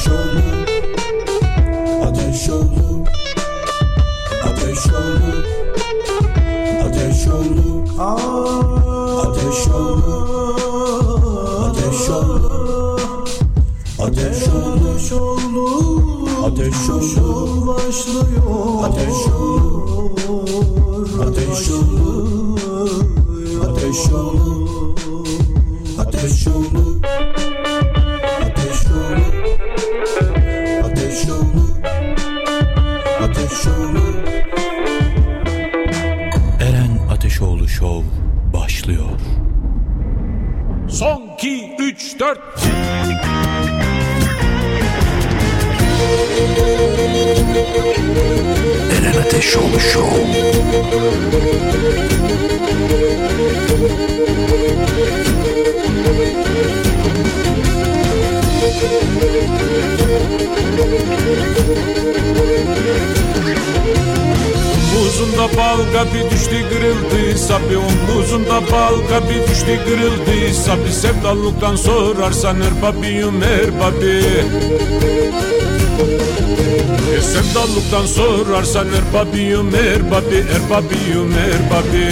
Ateşoğlu, Ateşoğlu, Ateşoğlu, Ateşoğlu, Ateşoğlu, Ateşoğlu, Ateşoğlu, Ateşoğlu başlıyor. Ateşoğlu, Ateşoğlu, Ateşoğlu, Ateşoğlu, Ateşoğlu, Ateşoğlu, Ateşoğlu. Eren Ateşoğlu Show başlıyor. Son 2, 3, 4. Eren Ateşoğlu Show. Omuzunda balga bir düştü kırıldı sapi, omuzunda balga bir düştü kırıldı sapi. Sevdalıktan sorarsan erbabiyum erbabi. Sevdalıktan sorarsan erbabiyum erbabi, erbabiyum erbabi.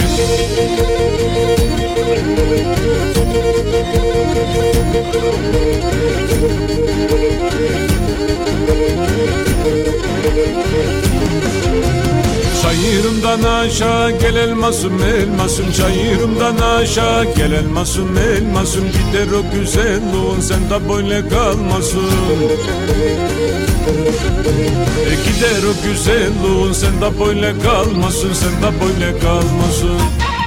Çayırımdan aşağı gel elmasım elmasım, çayırımdan aşağı gel elmasım elmasım. Gider o güzelliğin sen de böyle kalmasın. Gider o güzelliğin sen de böyle kalmasın, sen de böyle kalmasın.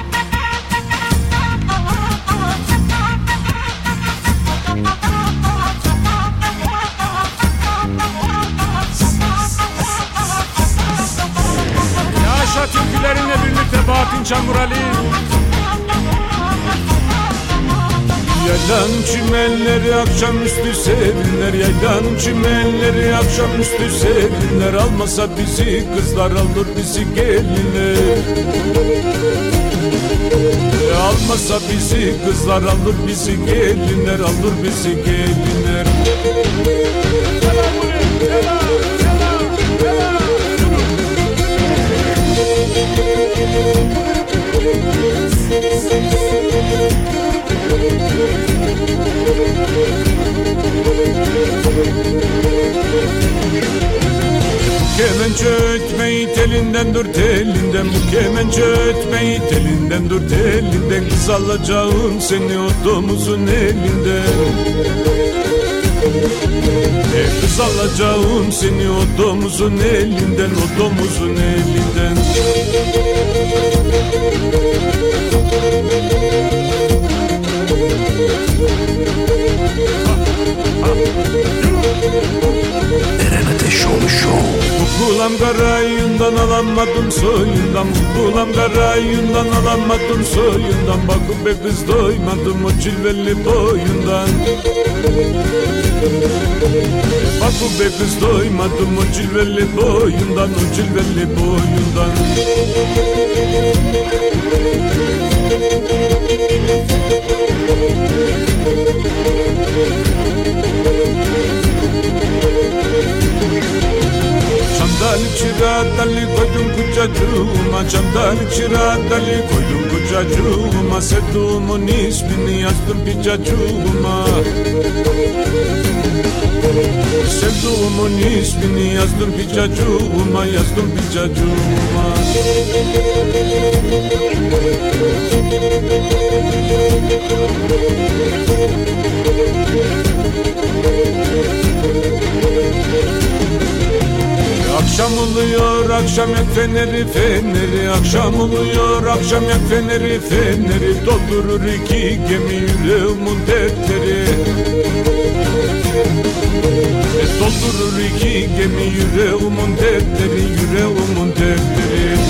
Türkülerine birlikte Bahattin Çamur Ali. Yaylan çimenleri akşamüstü sevinler, yaylan çimenleri akşamüstü sevinler. Almasa bizi kızlar alır bizi gelinler. Almasa bizi kızlar alır bizi gelinler, alır bizi gelinler. Kemençe ötmeyi telinden dur telinden, bu kemençe ötmeyi telinden dur telinden. Kız alacağım seni o domuzun elinden. Kız alacağım seni o domuzun elinden, o domuzun elinden. Eren Ateşoğlu Show. Kukulam karayından alamadım soyundan, kukulam karayından alamadım soyundan. Bakıp be kız doymadım o cilveli boyundan. Bakıp be kız doymadım o cilveli boyundan, o cilveli boyundan. Çandalı çırağı koydum kucacığıma, çandalı çırağı koydum kucacığıma. Sevduğumun ismini yazdım picacığıma. Sevduğumun ismini yazdım picacığıma, yazdım picacığıma. Akşam oluyor akşam yak feneri feneri, akşam oluyor akşam yak feneri feneri. Doldurur iki gemi yüreğimin dertleri. Doldurur iki gemi yüreğimin dertleri, yüreğimin dertleri.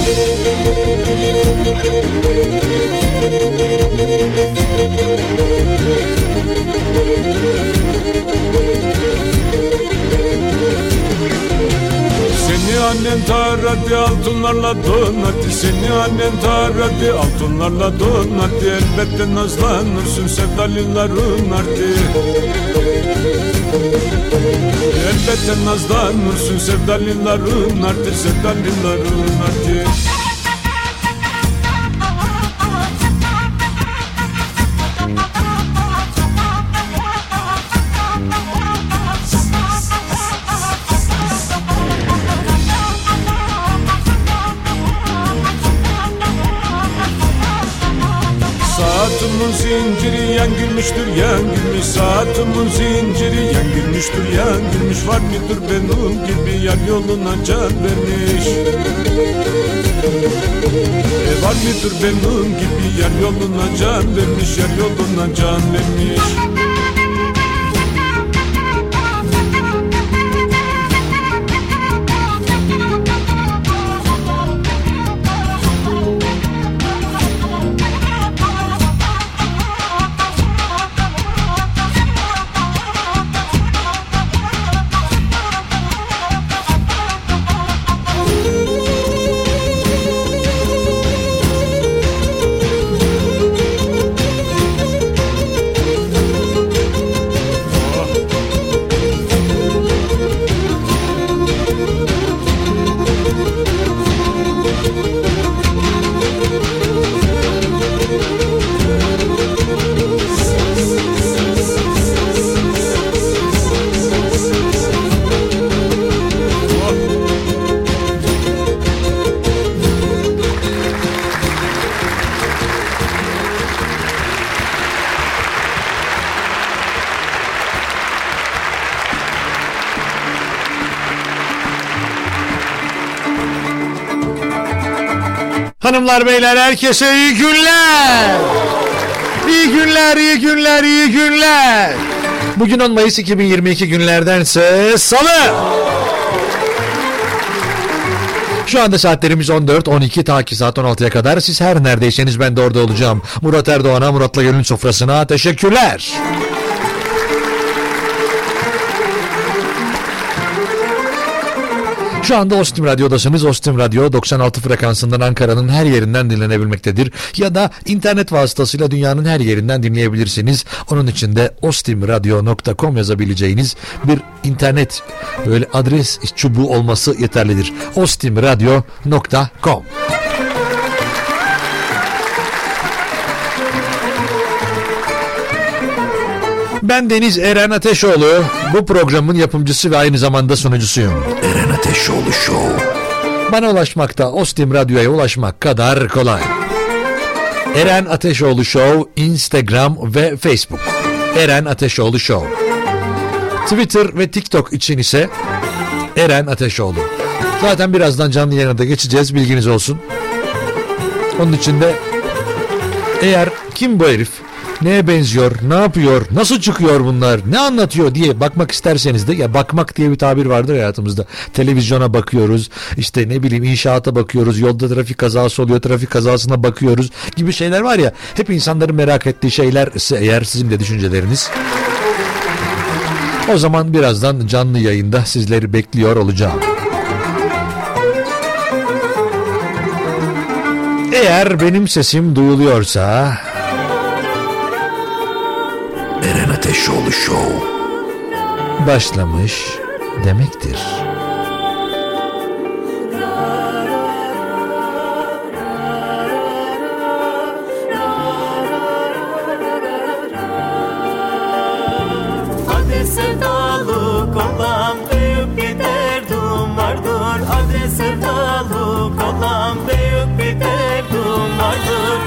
Seni annen taradı altınlarla donattı, seni annen taradı altınlarla donattı. Elbette nazlanırsın sevdalilerin ardı. Elbette nazlanırsın sevdaliların artık, sevdaliların artık. Saatimin zinciri yangılmıştır, yangılmış. Saatimin zinciri yangılmıştır, yangılmış. Var mıdır benim gibi yar yoluna can vermiş? Var mıdır benim gibi yar yoluna can vermiş, yar yoluna can vermiş? Hanımlar beyler herkese iyi günler. İyi günler, iyi günler, iyi günler. Bugün 10 Mayıs 2022 günlerdense Salı. Şu anda saatlerimiz 14-12 ta ki saat 16'ya kadar. Siz her neredeyseniz ben de orada olacağım. Murat Erdoğan'a, Murat'la Gönül sofrasına teşekkürler. Şu anda Ostim Radyo'dasınız. Ostim Radyo 96 frekansından Ankara'nın her yerinden dinlenebilmektedir. Ya da internet vasıtasıyla dünyanın her yerinden dinleyebilirsiniz. Onun için de ostimradio.com yazabileceğiniz bir internet böyle adres çubuğu olması yeterlidir. ostimradio.com. Ben Deniz Eren Ateşoğlu. Bu programın yapımcısı ve aynı zamanda sunucusuyum. Eren Ateşoğlu Show. Bana ulaşmakta Ostim Radyo'ya ulaşmak kadar kolay. Eren Ateşoğlu Show Instagram ve Facebook. Eren Ateşoğlu Show. Twitter ve TikTok için ise Eren Ateşoğlu. Zaten birazdan canlı yayına da geçeceğiz, bilginiz olsun. Onun için de eğer kim bu herif, neye benziyor, ne yapıyor, nasıl çıkıyor bunlar, ne anlatıyor diye bakmak isterseniz de, ya bakmak diye bir tabir vardır hayatımızda. Televizyona bakıyoruz, işte ne bileyim inşaata bakıyoruz, yolda trafik kazası oluyor, trafik kazasına bakıyoruz gibi şeyler var ya, hep insanların merak ettiği şeyler ise eğer sizin de düşünceleriniz, o zaman birazdan canlı yayında sizleri bekliyor olacağım. Eğer benim sesim duyuluyorsa Eren Ateşoğlu Show başlamış demektir. Hadi sevdalık olam, büyük bir derdim vardır. Hadi sevdalık olam, büyük bir derdim vardır.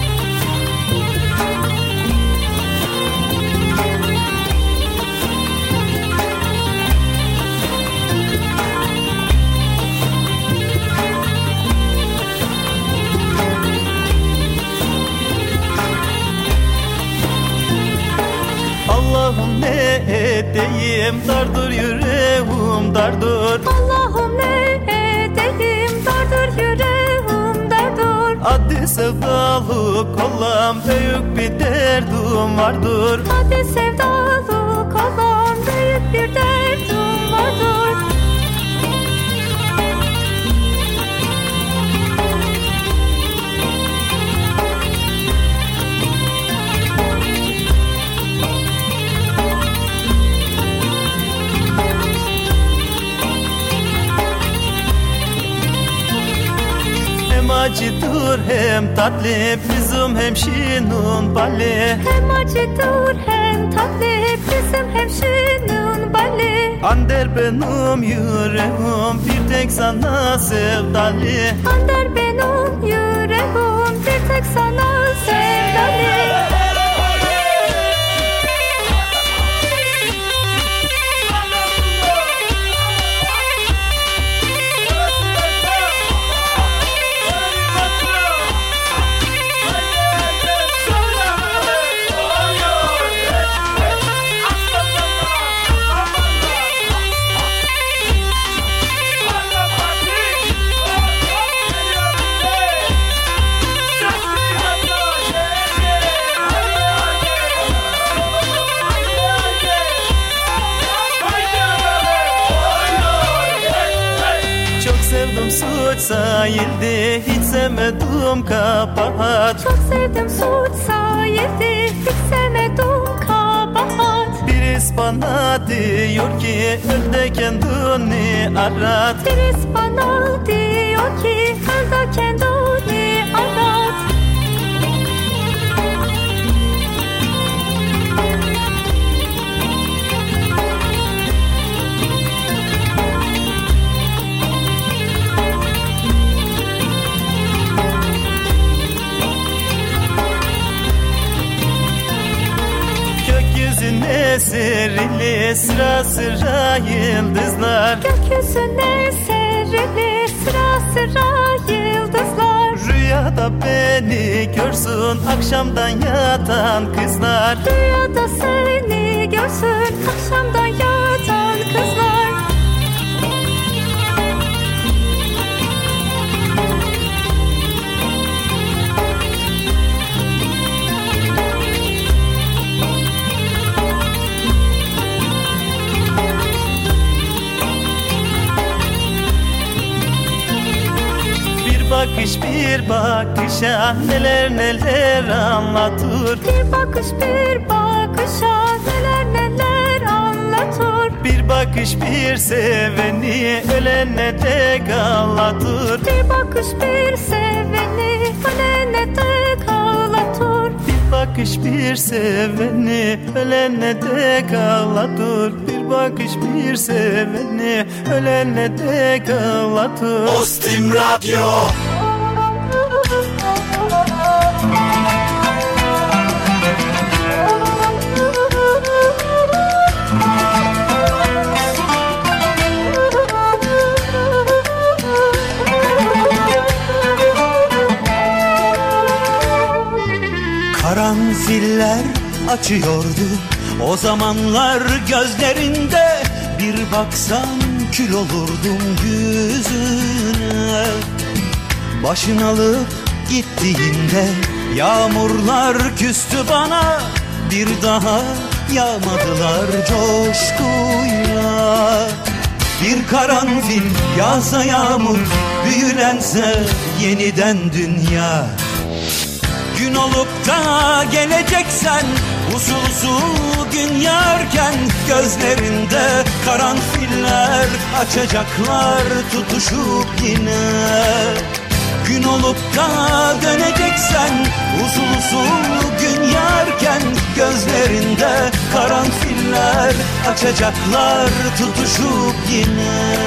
Allah'ım ne edeyim, dardır yüreğim dardır. Allah'ım ne edeyim, dardır yüreğim dardır. Hadi sevdalık olam, büyük bir derdim vardır. Hadi sevdalık olan, büyük bir derdim vardır. acıdır hem tatlı bizim hemşinin balı. Hem acıdır hem tatlı bizim hemşinin balı. Ander benim yüreğim bir tek sana sevdalı. Ander benim yüreğim bir tek sana sevdalı. Suç sayıldı hiç sevmedim kabahat. Çok sevdim suç sayıldı hiç sevmedim kabahat. Birisi bana diyor ki öl de kendini arat. Birisi bana diyor ki öl de kendini arat. Gökyüzüne serili sıra sıra yıldızlar. Gökyüzüne serili sıra sıra yıldızlar. Rüyada beni görsün akşamdan yatan kızlar. Rüyada seni görsün akşamdan yatan kızlar. Bakış bir bakışa neler neler anlatır. Bir bakış bir bakışa neler neler anlatır. Bir bakış bir seveni ölene dek ağlatır. Bir bakış bir seveni ölene dek ağlatır. Bir bakış bir seveni ölene dek ağlatır. Bir bakış bir seveni ölene dek ağlatır. Ostim Radyo. Karanfiller açıyordu o zamanlar gözlerinde. Bir baksan kül olurdum yüzüne. Başın alıp gittiğinde yağmurlar küstü bana. Bir daha yağmadılar coşkuyla. Bir karanfil yağsa yağmur, büyülense yeniden dünya. Gün olup da geleceksen usul usul gün yarken gözlerinde karanfiller açacaklar tutuşup yine. Gün olup da döneceksen usul usul gün yarken gözlerinde karanfiller açacaklar tutuşup yine.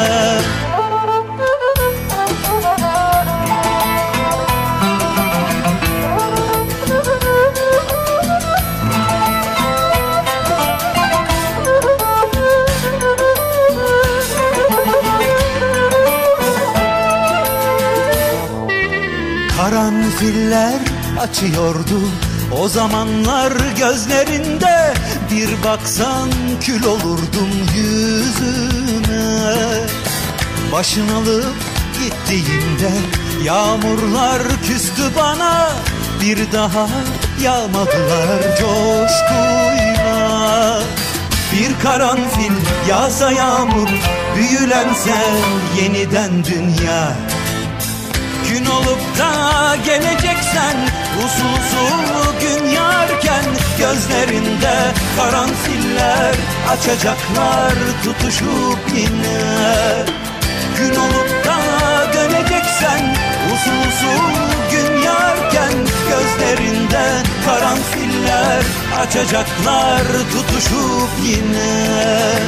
Karanfiller açıyordu o zamanlar gözlerinde. Bir baksan kül olurdum yüzüne. Başın alıp gittiğinde yağmurlar küstü bana. Bir daha yağmadılar coşkuyla. Bir karanfil yağsa yağmur, büyülense yeniden dünya. Gün olup da geleceksen usul usul gün yarken gözlerinde karanfiller açacaklar tutuşup yine. Gün olup da döneceksen Usul usul gün yarken gözlerinde karanfiller açacaklar tutuşup yine.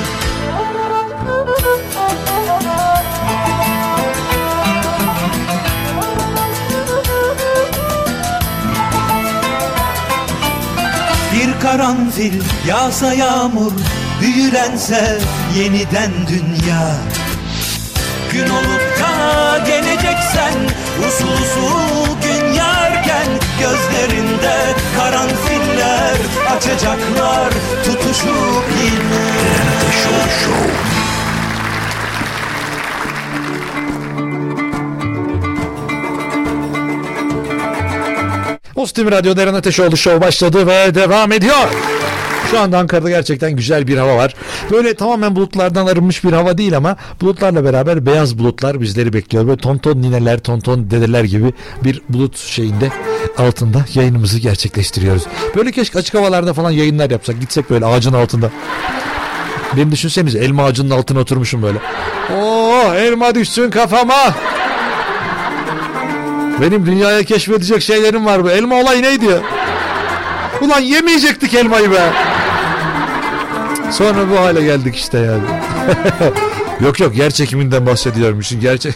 Bir karanfil yağsa yağmur, büyülense yeniden dünya. Gün olup da geleceksen usul usul gün yarken gözlerinde karanfiller açacaklar tutuşup yine. Eren Ateşoğlu Show. Ostim Radyo'da Eren Ateşoğlu Show başladı ve devam ediyor. Şu anda Ankara'da gerçekten güzel bir hava var. Böyle tamamen bulutlardan arınmış bir hava değil ama bulutlarla beraber beyaz bulutlar bizleri bekliyor. Böyle tonton nineler, tonton dedeler gibi bir bulut şeyinde altında yayınımızı gerçekleştiriyoruz. Böyle keşke açık havalarda falan yayınlar yapsak. Gitsek böyle ağacın altında. Beni düşünsenize, elma ağacının altına oturmuşum böyle. Oo, elma düşsün kafama. Benim dünyaya keşfedecek şeylerim var bu. Elma olayı neydi ya? Ulan yemeyecektik elmayı be. Sonra bu hale geldik işte yani. Yok yer çekiminden bahsediyorum. Gerçek.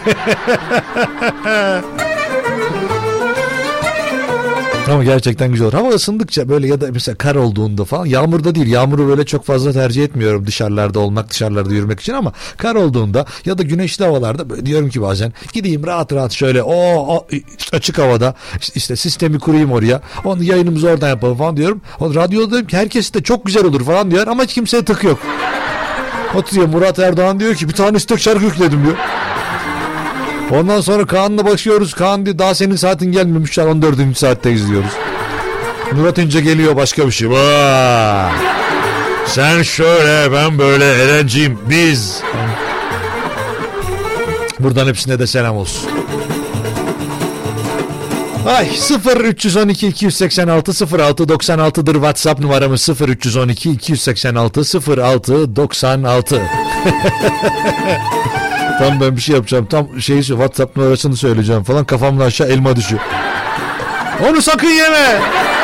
Ama gerçekten güzel olur. Hava ısındıkça böyle ya da mesela kar olduğunda falan, yağmurda değil. Yağmuru böyle çok fazla tercih etmiyorum dışarılarda olmak, dışarılarda yürümek için, ama kar olduğunda ya da güneşli havalarda böyle diyorum ki bazen gideyim rahat rahat şöyle o açık havada işte sistemi kurayım oraya. Onu yayınımızı oradan yapalım falan diyorum. O radyoda herkes de çok güzel olur falan diyor ama hiç kimseye tık yok. Oturuyor Murat Erdoğan diyor ki bir tane istek şarkı yükledim diyor. Ondan sonra Kaan'la başlıyoruz. Kaan diyor daha senin saatin gelmemiş. 14. saatteyiz diyoruz. Murat İnce geliyor başka bir şey. Vaa! Sen şöyle ben böyle Erenciğim biz. Buradan hepsine de selam olsun. Ay 0312 286 0696'dır WhatsApp numaramız. 0312 286 0696. Tam ben bir şey yapacağım. Tam şeyi WhatsApp numarasını söyleyeceğim falan. Kafamdan aşağı elma düşüyor. Onu sakın yeme.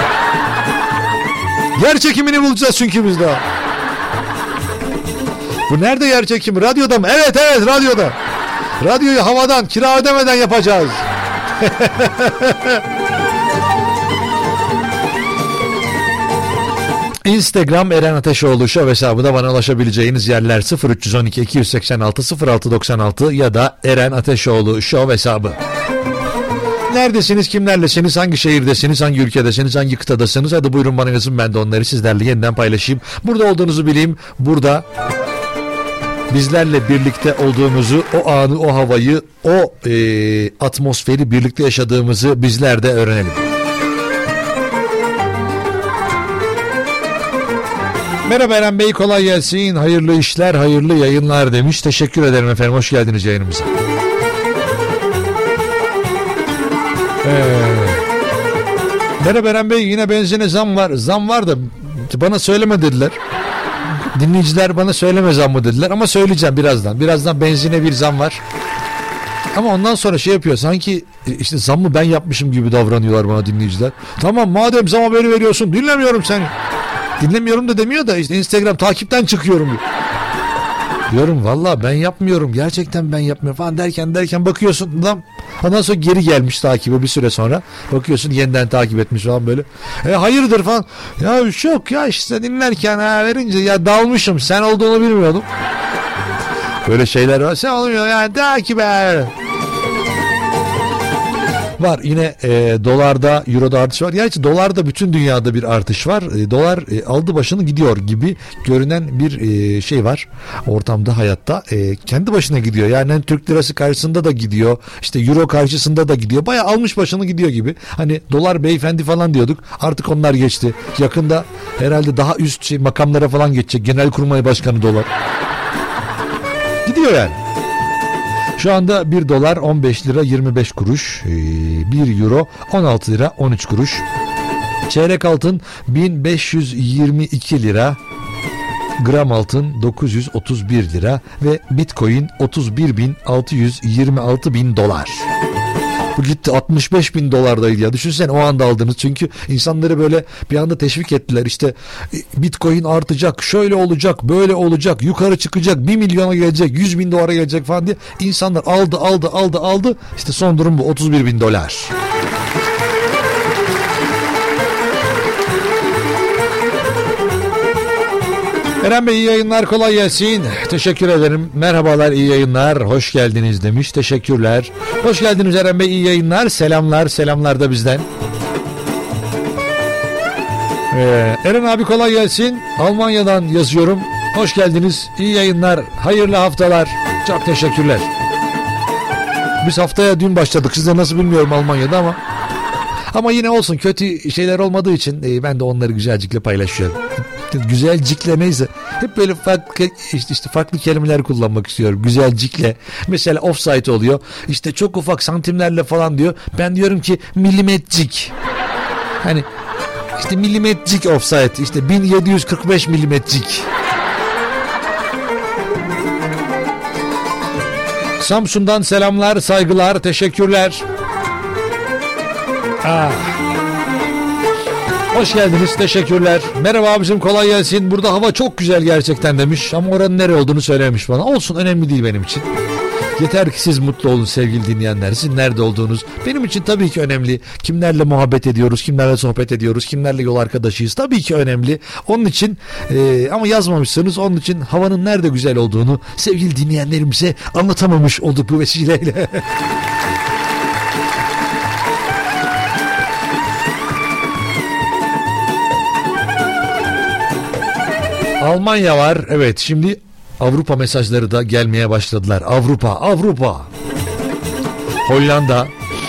Yer çekimini bulacağız çünkü biz daha. Bu nerede yer çekimi? Radyoda mı? Evet radyoda. Radyoyu havadan kira ödemeden yapacağız. Instagram Eren Ateşoğlu Show hesabında bana ulaşabileceğiniz yerler 0312 286 0696 ya da Eren Ateşoğlu Show hesabı. Neredesiniz, kimlerlesiniz, hangi şehirdesiniz, hangi ülkedesiniz, hangi kıtadasınız? Hadi buyurun bana yazın, ben de onları sizlerle yeniden paylaşayım. Burada olduğunuzu bileyim, burada bizlerle birlikte olduğumuzu, o anı, o havayı, o atmosferi birlikte yaşadığımızı bizler de öğrenelim. Merhaba Eren Bey, kolay gelsin, hayırlı işler, hayırlı yayınlar demiş. Teşekkür ederim efendim, hoş geldiniz yayınımıza. Merhaba Eren Bey, yine benzine zam var. Zam var da bana söyleme dediler. Dinleyiciler bana söyleme zammı dediler ama söyleyeceğim birazdan. Birazdan benzine bir zam var. Ama ondan sonra şey yapıyor, sanki işte zammı ben yapmışım gibi davranıyorlar bana dinleyiciler. Tamam, madem zam haberi veriyorsun dinlemiyorum seni. Dinlemiyorum da demiyor da işte Instagram takipten çıkıyorum diyor. Diyorum valla ben yapmıyorum, gerçekten ben yapmıyorum falan derken bakıyorsun adam, ondan sonra geri gelmiş takibe bir süre sonra, bakıyorsun yeniden takip etmiş falan böyle. Hayırdır falan, ya yok ya işte dinlerken verince ya dalmışım, sen olduğunu bilmiyordum. Böyle şeyler var, sen olmuyor yani takibe. Var yine dolarda, euroda artış var. Gerçi dolarda bütün dünyada bir artış var. Dolar aldı başını gidiyor gibi görünen bir şey var ortamda, hayatta. Kendi başına gidiyor. Yani hani Türk lirası karşısında da gidiyor. İşte euro karşısında da gidiyor. Bayağı almış başını gidiyor gibi. Hani dolar beyefendi falan diyorduk. Artık onlar geçti. Yakında herhalde daha üst makamlara falan geçecek. Genelkurmay Başkanı dolar. Gidiyor yani. Şu anda 1 dolar 15 lira 25 kuruş, 1 euro 16 lira 13 kuruş, çeyrek altın 1522 lira, gram altın 931 lira ve bitcoin 31.626.000 dolar. Bu gitti 65 bin dolardaydı ya. Düşünsene o anda aldınız. Çünkü insanları böyle bir anda teşvik ettiler. İşte Bitcoin artacak, şöyle olacak, böyle olacak, yukarı çıkacak, 1 milyona gelecek, 100 bin dolara gelecek falan diye. İnsanlar aldı. İşte son durum bu, 31 bin dolar. Eren Bey iyi yayınlar, kolay gelsin. Teşekkür ederim. Merhabalar, iyi yayınlar. Hoş geldiniz demiş. Teşekkürler. Hoş geldiniz Eren Bey, iyi yayınlar. Selamlar da bizden. Eren abi kolay gelsin. Almanya'dan yazıyorum. Hoş geldiniz. İyi yayınlar. Hayırlı haftalar. Çok teşekkürler. Biz haftaya dün başladık. Sizde nasıl bilmiyorum Almanya'da ama yine olsun, kötü şeyler olmadığı için ben de onları güzelcikle paylaşıyorum. Güzelcikle neyse. Hep böyle farklı kelimeler kullanmak istiyorum. Güzelcikle. Mesela offside oluyor. İşte çok ufak santimlerle falan diyor. Ben diyorum ki milimetrik. Hani işte milimetrik offside. İşte 1745 milimetrik. Samsun'dan selamlar, saygılar, teşekkürler. Hoş geldiniz, teşekkürler. Merhaba abicim, kolay gelsin. Burada hava çok güzel gerçekten demiş. Ama oranın nere olduğunu söylemiş bana. Olsun, önemli değil benim için. Yeter ki siz mutlu olun sevgili dinleyenler. Sizin nerede olduğunuz benim için tabii ki önemli. Kimlerle muhabbet ediyoruz, kimlerle sohbet ediyoruz, kimlerle yol arkadaşıyız. Tabii ki önemli. Onun için ama yazmamışsınız. Onun için havanın nerede güzel olduğunu sevgili dinleyenlerimize anlatamamış olduk bu vesileyle. Almanya var. Evet, şimdi Avrupa mesajları da gelmeye başladılar. Avrupa. Hollanda.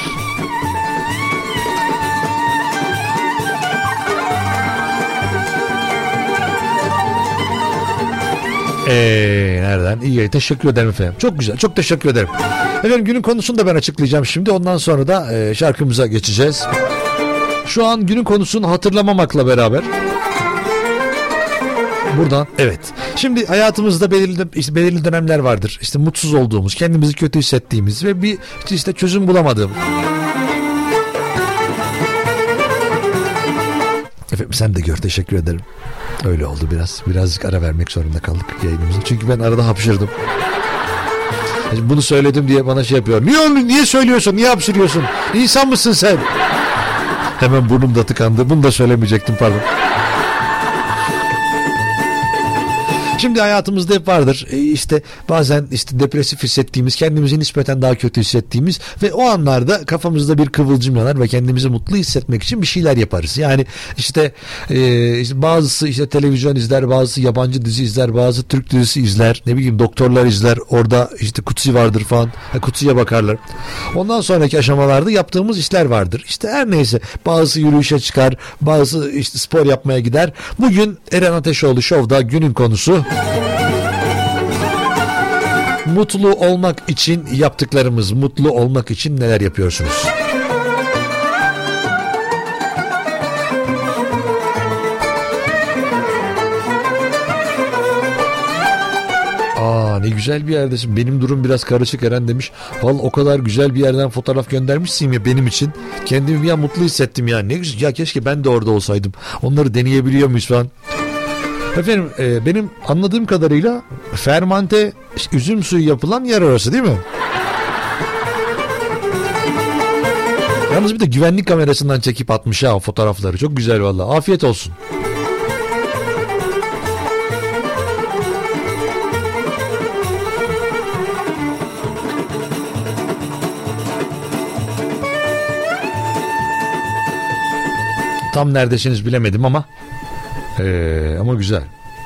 Nereden? İyi, teşekkür ederim efendim. Çok güzel, çok teşekkür ederim. Efendim günün konusunu da ben açıklayacağım şimdi. Ondan sonra da şarkımıza geçeceğiz. Şu an günün konusunu hatırlamamakla beraber buradan evet. Şimdi hayatımızda belirli dönemler vardır. İşte mutsuz olduğumuz, kendimizi kötü hissettiğimiz ve bir işte çözüm bulamadığımız. Efendim sen de gör, teşekkür ederim. Öyle oldu biraz. Birazcık ara vermek zorunda kaldık yayınımızı. Çünkü ben arada hapşırdım. Bunu söyledim diye bana şey yapıyor. Niye söylüyorsun? Niye hapşırıyorsun? İnsan mısın sen? Hemen burnum da tıkandı. Bunu da söylemeyecektim, pardon. Şimdi hayatımızda hep vardır. İşte bazen işte depresif hissettiğimiz, kendimizi nispeten daha kötü hissettiğimiz ve o anlarda kafamızda bir kıvılcım yanar ve kendimizi mutlu hissetmek için bir şeyler yaparız. Yani işte bazısı işte televizyon izler, bazısı yabancı dizi izler, bazı Türk dizisi izler, ne bileyim doktorlar izler. Orada işte Kutsi vardır falan. Kutsu'ya bakarlar. Ondan sonraki aşamalarda yaptığımız işler vardır. İşte her neyse, bazısı yürüyüşe çıkar, bazısı işte spor yapmaya gider. Bugün Eren Ateşoğlu Show'da günün konusu mutlu olmak için yaptıklarımız, mutlu olmak için neler yapıyorsunuz? Ne güzel bir yerdesin. Benim durum biraz karışık Eren demiş. Vallahi o kadar güzel bir yerden fotoğraf göndermişsin ya benim için. Kendimi bir an mutlu hissettim ya. Ne güzel. Ya keşke ben de orada olsaydım. Onları deneyebiliyor muyuz falan. Efendim benim anladığım kadarıyla fermante üzüm suyu yapılan yer orası değil mi? Yalnız bir de güvenlik kamerasından çekip atmış ha o fotoğrafları. Çok güzel vallahi. Afiyet olsun. Tam neredesiniz bilemedim ama güzel.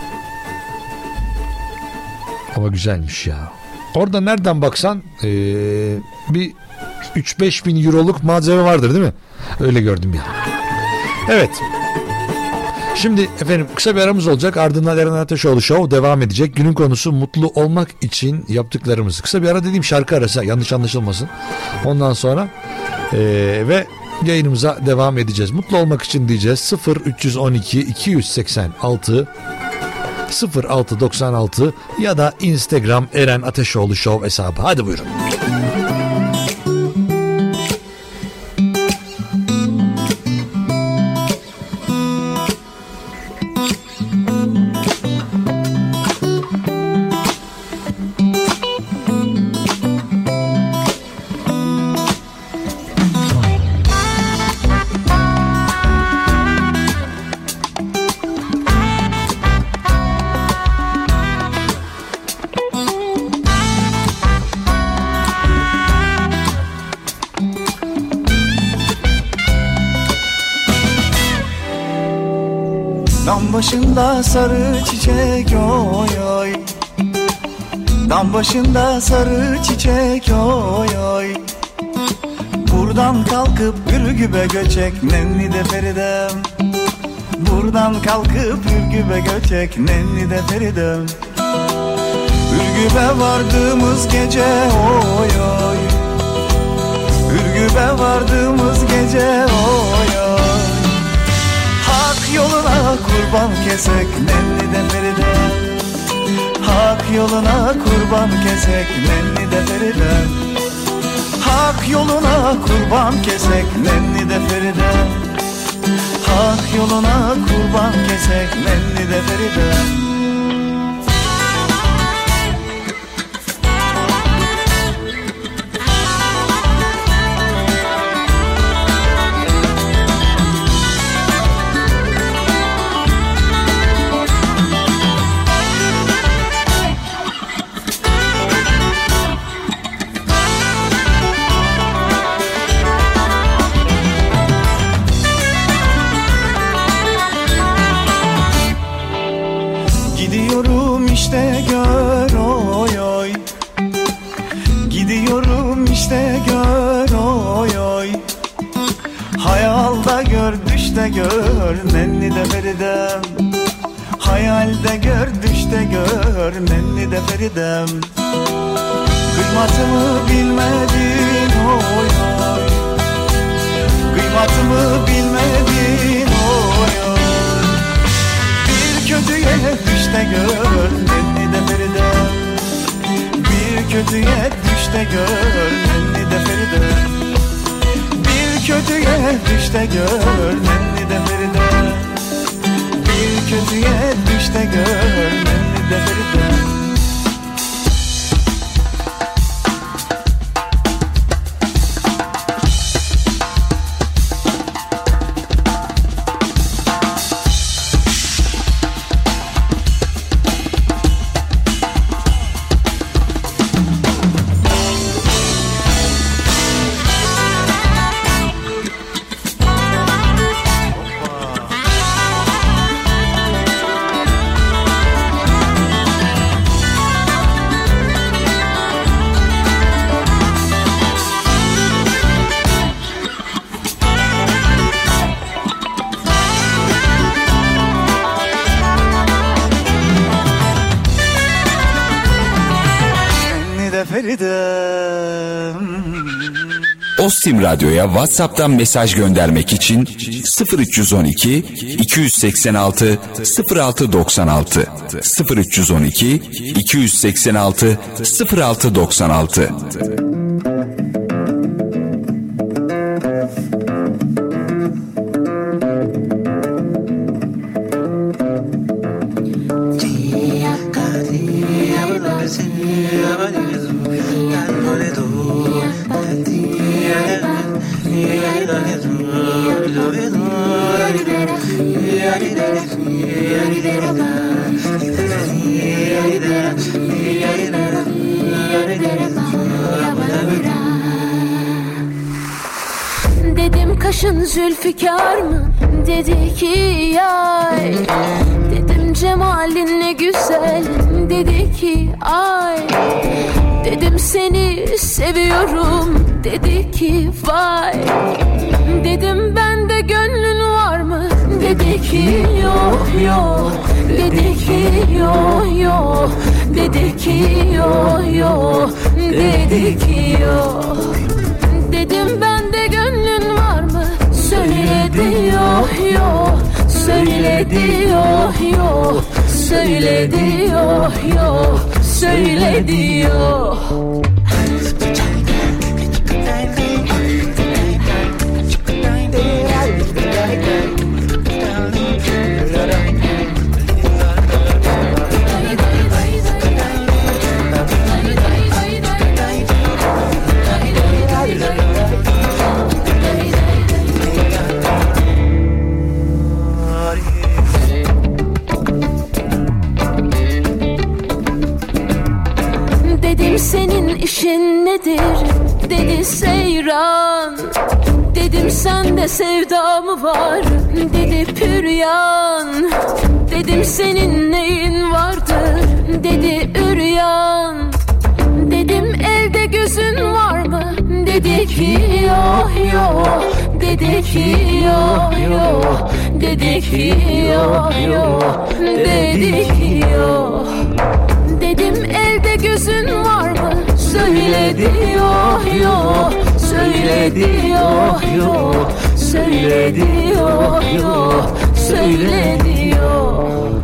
Ama güzelmiş ya. Orada nereden baksan bir 3-5 bin euroluk malzeme vardır değil mi? Öyle gördüm ya. Evet. Şimdi efendim kısa bir aramız olacak. Ardından Eren Ateşoğlu Show devam edecek. Günün konusu mutlu olmak için yaptıklarımız. Kısa bir ara dediğim şarkı arası, yanlış anlaşılmasın. Ondan sonra ve yayınımıza devam edeceğiz. Mutlu olmak için diyeceğiz. 0312 286 0696 ya da Instagram Eren Ateşoğlu Show hesabı. Hadi buyurun. Dam başında sarı çiçek oy oy. Dam başında sarı çiçek oy oy. Buradan kalkıp Ürgüp'e göçek nenni de Feridem. Buradan kalkıp Ürgüp'e göçek nenni de Feridem. Ürgüp'e vardığımız gece oy oy. Ürgüp'e vardığımız gece oy oy. Hak yoluna kurban kesek nenni de Feridem. Hak yoluna kurban kesek nenni de Feridem. Hak yoluna kurban kesek nenni de Feridem. Hak yoluna kurban kesek nenni de Feridem. İşte gör oy oy. Gidiyorum işte gör oy oy. Hayalda gör düşte gör nenni de Feridem. Hayalde gör düşte gör nenni de Feridem. Kıymatımı bilmedin oy oy. Kıymatımı bilmedin oy oy. Kötüye düşte gör nenni de Feridem. Bir kötüye düşte gör nenni de Feridem. Bir kötüye düşte gör nenni de Feridem. Bir kötüye düşte gör nenni de Feridem. Ostim Radyo'ya WhatsApp'tan mesaj göndermek için 0312 286 0696 0312 286 0696. Dedim kaşın Zülfikar mı? Dedi ki yay. Dedim cemalin ne güzel. Dedi ki ay. Dedim seni seviyorum. Dedi ki vay. Dedim bende gönlün var mı? Dedi ki yok yok. Dedi ki yok yok. Dedi ki yok yok. Dedi ki yok. Dedim bende gönlün var mı? Söyledi yok yok. Söyledi yok yok. Söyledi yok yok. Söyledi yok. Dedim Dedim senin işin nedir? Dedi seyran. Dedim sende sevda mı var? Dedi püryan. Dedim senin neyin vardır? Dedi üryan. Dedim elde gözün var mı? Dedi ki yok yok. Dedi ki yok yok. Dedi ki yok yok. Dedi ki yok. Dedim elde gözün var mı? Söyledi yok yok. Söyledi yok yok. Söyledi yok yok. Söyledi yok.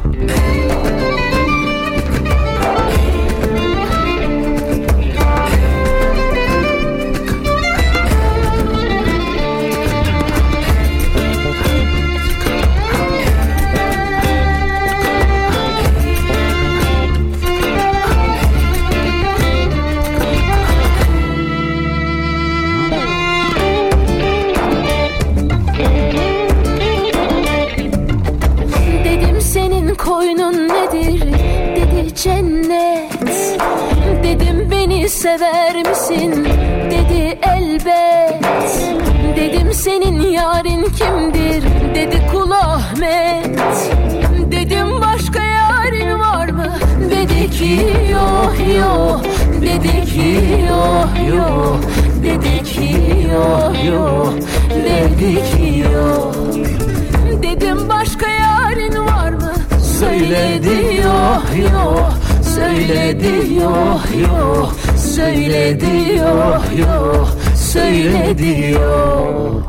Koynun nedir? Dedi cennet. Dedim beni sever misin? Dedi elbet. Dedim senin yarın kimdir? Dedi Kul Ahmet. Dedim başka yarın var mı? Dedi ki yok yok. Dedi ki yok yok. Dedi ki yok yok. Dedi ki yok. Dedim başka yarın var mı? Söyledi yok yok. Söyledi yok yok. Söyledi yok yok. Söyledi yok.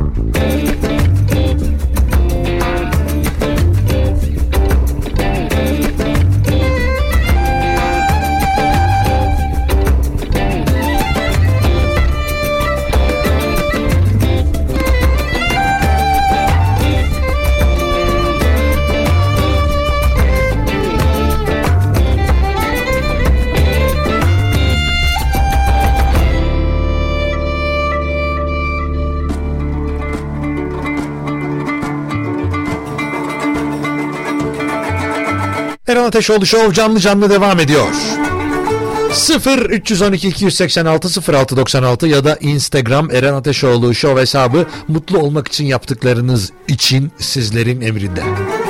Eren Ateşoğlu Show canlı devam ediyor. 0312 286 0696 ya da Instagram Eren Ateşoğlu Show hesabı mutlu olmak için yaptıklarınız için sizlerin emrinde.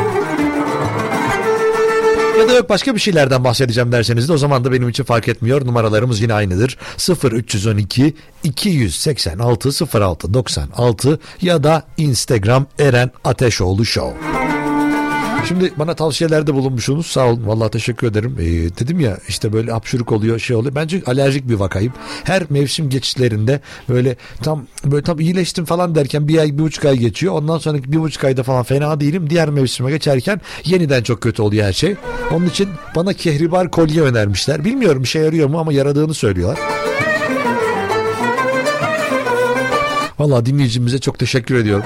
Ya da yok başka bir şeylerden bahsedeceğim derseniz de o zaman da benim için fark etmiyor. Numaralarımız yine aynıdır. 0312 286 0696 ya da Instagram Eren Ateşoğlu Show. Şimdi bana tavsiyelerde bulunmuşsunuz. Sağ olun. Vallahi teşekkür ederim. Dedim ya işte böyle hapşuruk oluyor, şey oluyor. Bence alerjik bir vakayım. Her mevsim geçişlerinde böyle tam iyileştim falan derken bir ay, 1,5 ay geçiyor. Ondan sonraki 1,5 ayda falan fena değilim. Diğer mevsime geçerken yeniden çok kötü oluyor her şey. Onun için bana kehribar kolye önermişler. Bilmiyorum işe yarıyor mu ama yaradığını söylüyorlar. Vallahi dinleyicimize çok teşekkür ediyorum.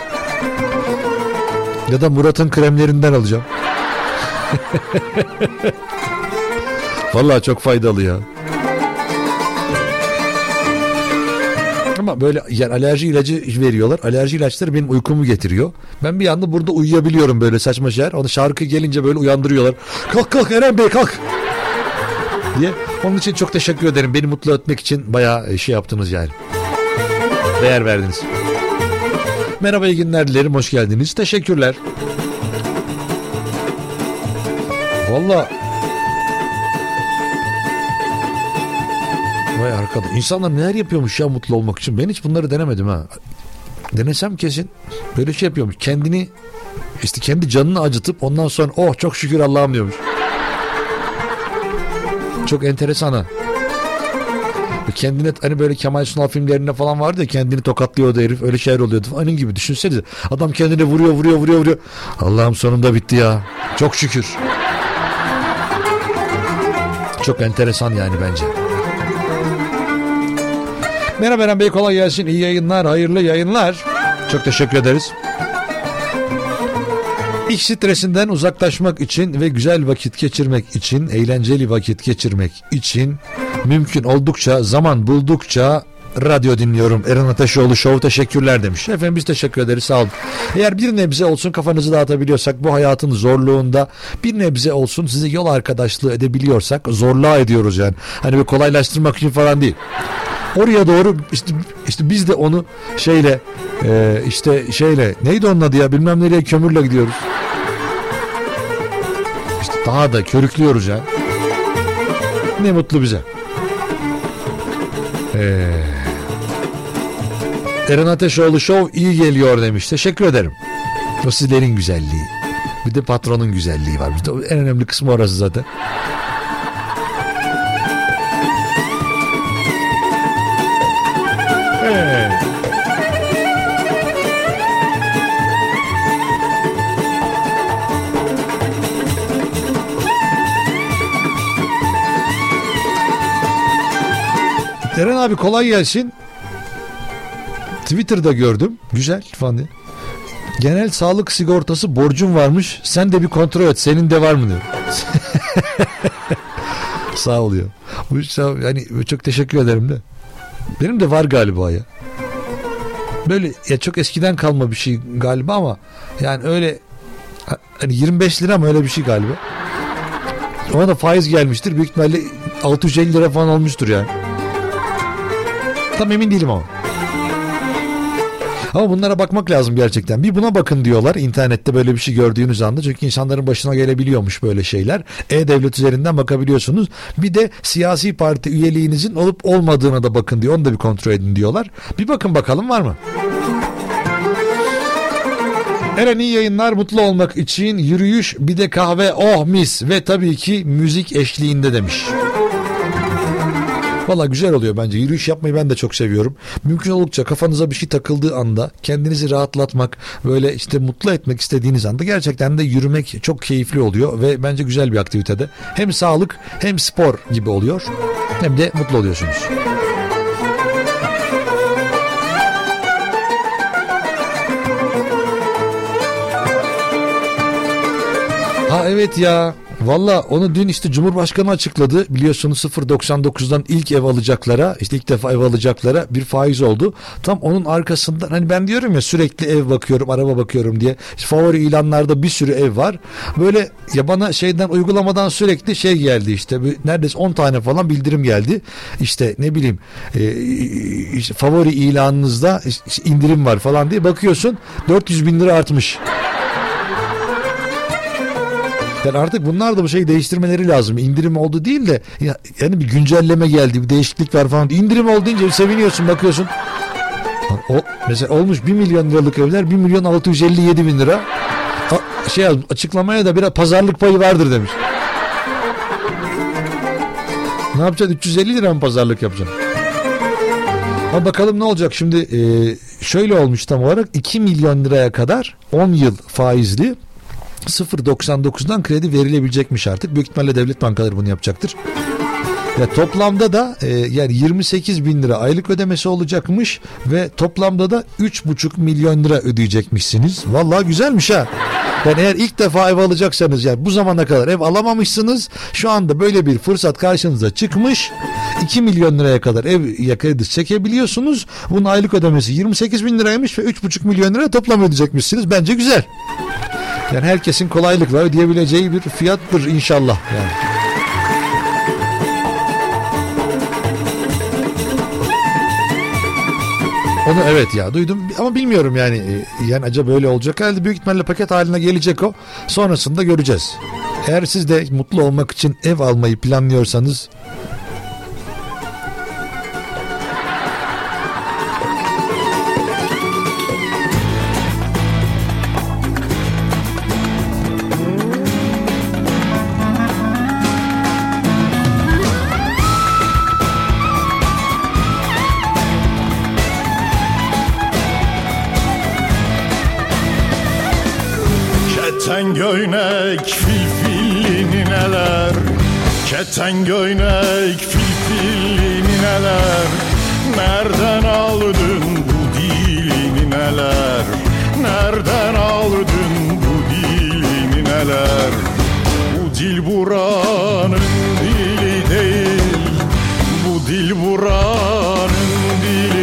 Ya da Murat'ın kremlerinden alacağım. Vallahi çok faydalı ya. Ama böyle yani alerji ilacı veriyorlar. Alerji ilaçları benim uykumu getiriyor. Ben bir anda burada uyuyabiliyorum böyle saçma şeyler. Onu şarkı gelince böyle uyandırıyorlar. Kalk Eren Bey kalk diye. Onun için çok teşekkür ederim. Beni mutlu etmek için bayağı şey yaptınız yani. Değer verdiniz. Merhaba, iyi günler dilerim. Hoş geldiniz. Teşekkürler. Vallahi vay arkadaş. İnsanlar neler yapıyormuş ya mutlu olmak için. Ben hiç bunları denemedim ha. Denesem kesin böyle şey yapıyormuş. Kendini işte kendi canını acıtıp ondan sonra oh çok şükür Allah'ım diyormuş. Çok enteresan ha. Kendine hani böyle Kemal Sunal filmlerinde falan vardı ya, kendini tokatlıyordu herif, öyle şeyler oluyordu. Onun gibi düşünsenize. Adam kendini vuruyor. Allah'ım sonunda bitti ya. Çok şükür. Çok enteresan yani bence. Merhaba Eren Bey, kolay gelsin. İyi yayınlar, hayırlı yayınlar. Çok teşekkür ederiz. İş stresinden uzaklaşmak için ve güzel vakit geçirmek için, eğlenceli vakit geçirmek için mümkün oldukça, zaman buldukça radyo dinliyorum. Eren Ateşoğlu Show teşekkürler demiş. Efendim biz teşekkür ederiz, sağ olun. Eğer bir nebze olsun kafanızı dağıtabiliyorsak, bu hayatın zorluğunda bir nebze olsun size yol arkadaşlığı edebiliyorsak, zorluğa ediyoruz yani. Hani bir kolaylaştırmak için falan değil. Oraya doğru işte biz de onu şeyle neydi onun adı ya, bilmem nereye kömürle gidiyoruz. İşte daha da körüklüyoruz yani. Ne mutlu bize. Eren Ateşoğlu Show iyi geliyor demiş. Teşekkür ederim. O sizlerin güzelliği. Bir de patronun güzelliği var. Bir de en önemli kısmı orası zaten. Evet. Eren abi kolay gelsin. Twitter'da gördüm. Güzel falan diye. Genel sağlık sigortası borcum varmış. Sen de bir kontrol et. Senin de var mı diyor. Sağ ol ya. Yani çok teşekkür ederim de. Benim de var galiba ya. Böyle ya çok eskiden kalma bir şey galiba ama yani öyle hani 25 lira mı öyle bir şey galiba. Ona da faiz gelmiştir. Büyük ihtimalle 650 lira falan olmuştur yani. Tam emin değilim ama. Ama bunlara bakmak lazım gerçekten. Bir buna bakın diyorlar internette böyle bir şey gördüğünüz anda. Çünkü insanların başına gelebiliyormuş böyle şeyler. E-Devlet üzerinden bakabiliyorsunuz. Bir de siyasi parti üyeliğinizin olup olmadığına da bakın diyor. Onu da bir kontrol edin diyorlar. Bir bakın bakalım var mı? Eren iyi yayınlar, mutlu olmak için yürüyüş, bir de kahve, oh mis ve tabii ki müzik eşliğinde demiş. Valla güzel oluyor bence. Yürüyüş yapmayı ben de çok seviyorum. Mümkün oldukça kafanıza bir şey takıldığı anda kendinizi rahatlatmak, böyle işte mutlu etmek istediğiniz anda gerçekten de yürümek çok keyifli oluyor ve bence güzel bir aktivitede. Hem sağlık hem spor gibi oluyor. Hem de mutlu oluyorsunuz. Ha evet ya. Valla onu dün işte Cumhurbaşkanı açıkladı. Biliyorsunuz 0.99'dan ilk ev alacaklara, işte ilk defa ev alacaklara bir faiz oldu. Tam onun arkasından hani ben diyorum ya sürekli ev bakıyorum, araba bakıyorum diye. İşte favori ilanlarda bir sürü ev var. Böyle ya bana şeyden, uygulamadan sürekli şey geldi işte. Neredeyse 10 tane falan bildirim geldi. İşte ne bileyim işte favori ilanınızda işte indirim var falan diye bakıyorsun 400 bin lira artmış. Yani artık bunlar da bu şeyi değiştirmeleri lazım. İndirim oldu değil de yani bir güncelleme geldi, bir değişiklik var falan. İndirim oldu deyince seviniyorsun, bakıyorsun. Mesela olmuş 1 milyon liralık evler 1 milyon 657 bin lira. Açıklamaya da biraz pazarlık payı vardır demiş. Ne yapacaksın? 350 lira mı pazarlık yapacaksın? Ama bakalım ne olacak şimdi. Şöyle olmuş tam olarak 2 milyon liraya kadar 10 yıl faizli 0.99'dan kredi verilebilecekmiş artık. Büyük ihtimalle devlet bankaları bunu yapacaktır. Ya toplamda da yani 28 bin lira aylık ödemesi olacakmış ve toplamda da 3,5 milyon lira ödeyecekmişsiniz. Vallahi güzelmiş ha. Yani eğer ilk defa ev alacaksanız, yani bu zamana kadar ev alamamışsınız, şu anda böyle bir fırsat karşınıza çıkmış. 2 milyon liraya kadar ev kredi çekebiliyorsunuz. Bunun aylık ödemesi 28 bin liraymış ve 3,5 milyon lira toplam ödeyecekmişsiniz. Bence güzel. Yani herkesin kolaylıkla ödeyebileceği bir fiyattır inşallah yani. Onu evet ya duydum ama bilmiyorum yani acaba böyle olacak herhalde, büyük ihtimalle paket haline gelecek o, sonrasında göreceğiz. Eğer siz de mutlu olmak için ev almayı planlıyorsanız Ketengöynek filfilli nineler, ketengöynek filfilli nineler, nereden aldın bu dili nineler, nereden aldın bu dili nineler? Bu dil buranın dili değil, bu dil buranın dili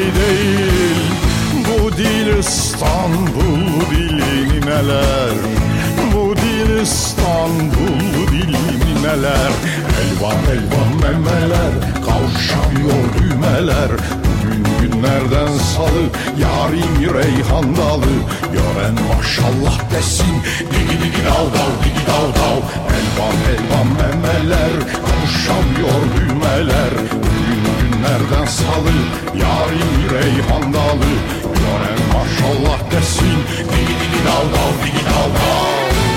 yarim reyhan dalı. Gören maşallah desin, digi digi dav dav, digi dav dav. Elvan elvan memeler, kavuşamıyor düğmeler. Bugün günlerden salı, yarim reyhan dalı. Gören maşallah desin, digi digi dav dav, digi dav dav.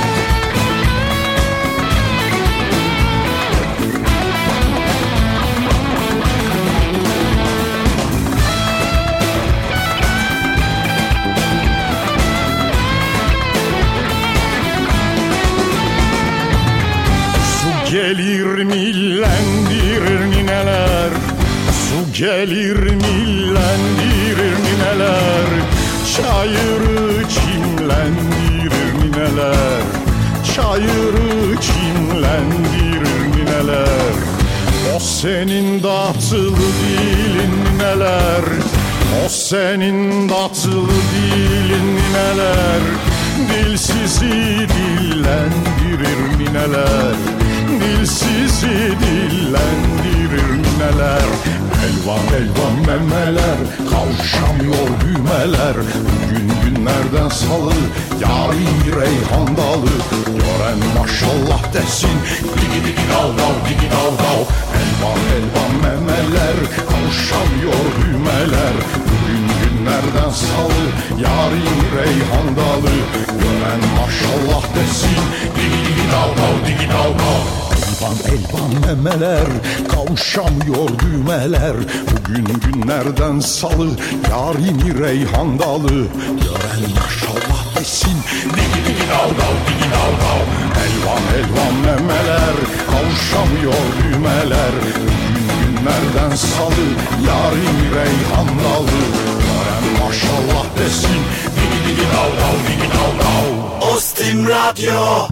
Gelir millendirir nineler, su gelir millendirir nineler, çayırı çimlendirir nineler, çayırı çimlendirir nineler. O senin datılı dilin nineler, o senin datılı dilin nineler, dilsizi dillendirir nineler. Dilsizi dillendirir nineler. Elvan elvan memeler, kavuşamıyor düğmeler. Bugün günlerden salı, yarim reyhan dalı. Gören maşallah desin, digi digi dav dav, digi dav dav. Elvan elvan memeler, kavuşamıyor düğmeler. Bugün günlerden salı, yarim reyhan dalı. Gören maşallah desin, digi digi dav dav, digi dav dav. Elvan elvan memeler, kavuşamıyor düğmeler. Bugün günlerden salı, yarim reyhan dalı. Gören maşallah desin, digi digi dav dav, digi dav dav. Elvan elvan memeler, kavuşamıyor düğmeler. Bugün günlerden salı, yarim reyhan dalı. Gören maşallah desin, digi digi dav dav, digi dav dav. Ostim Radyo.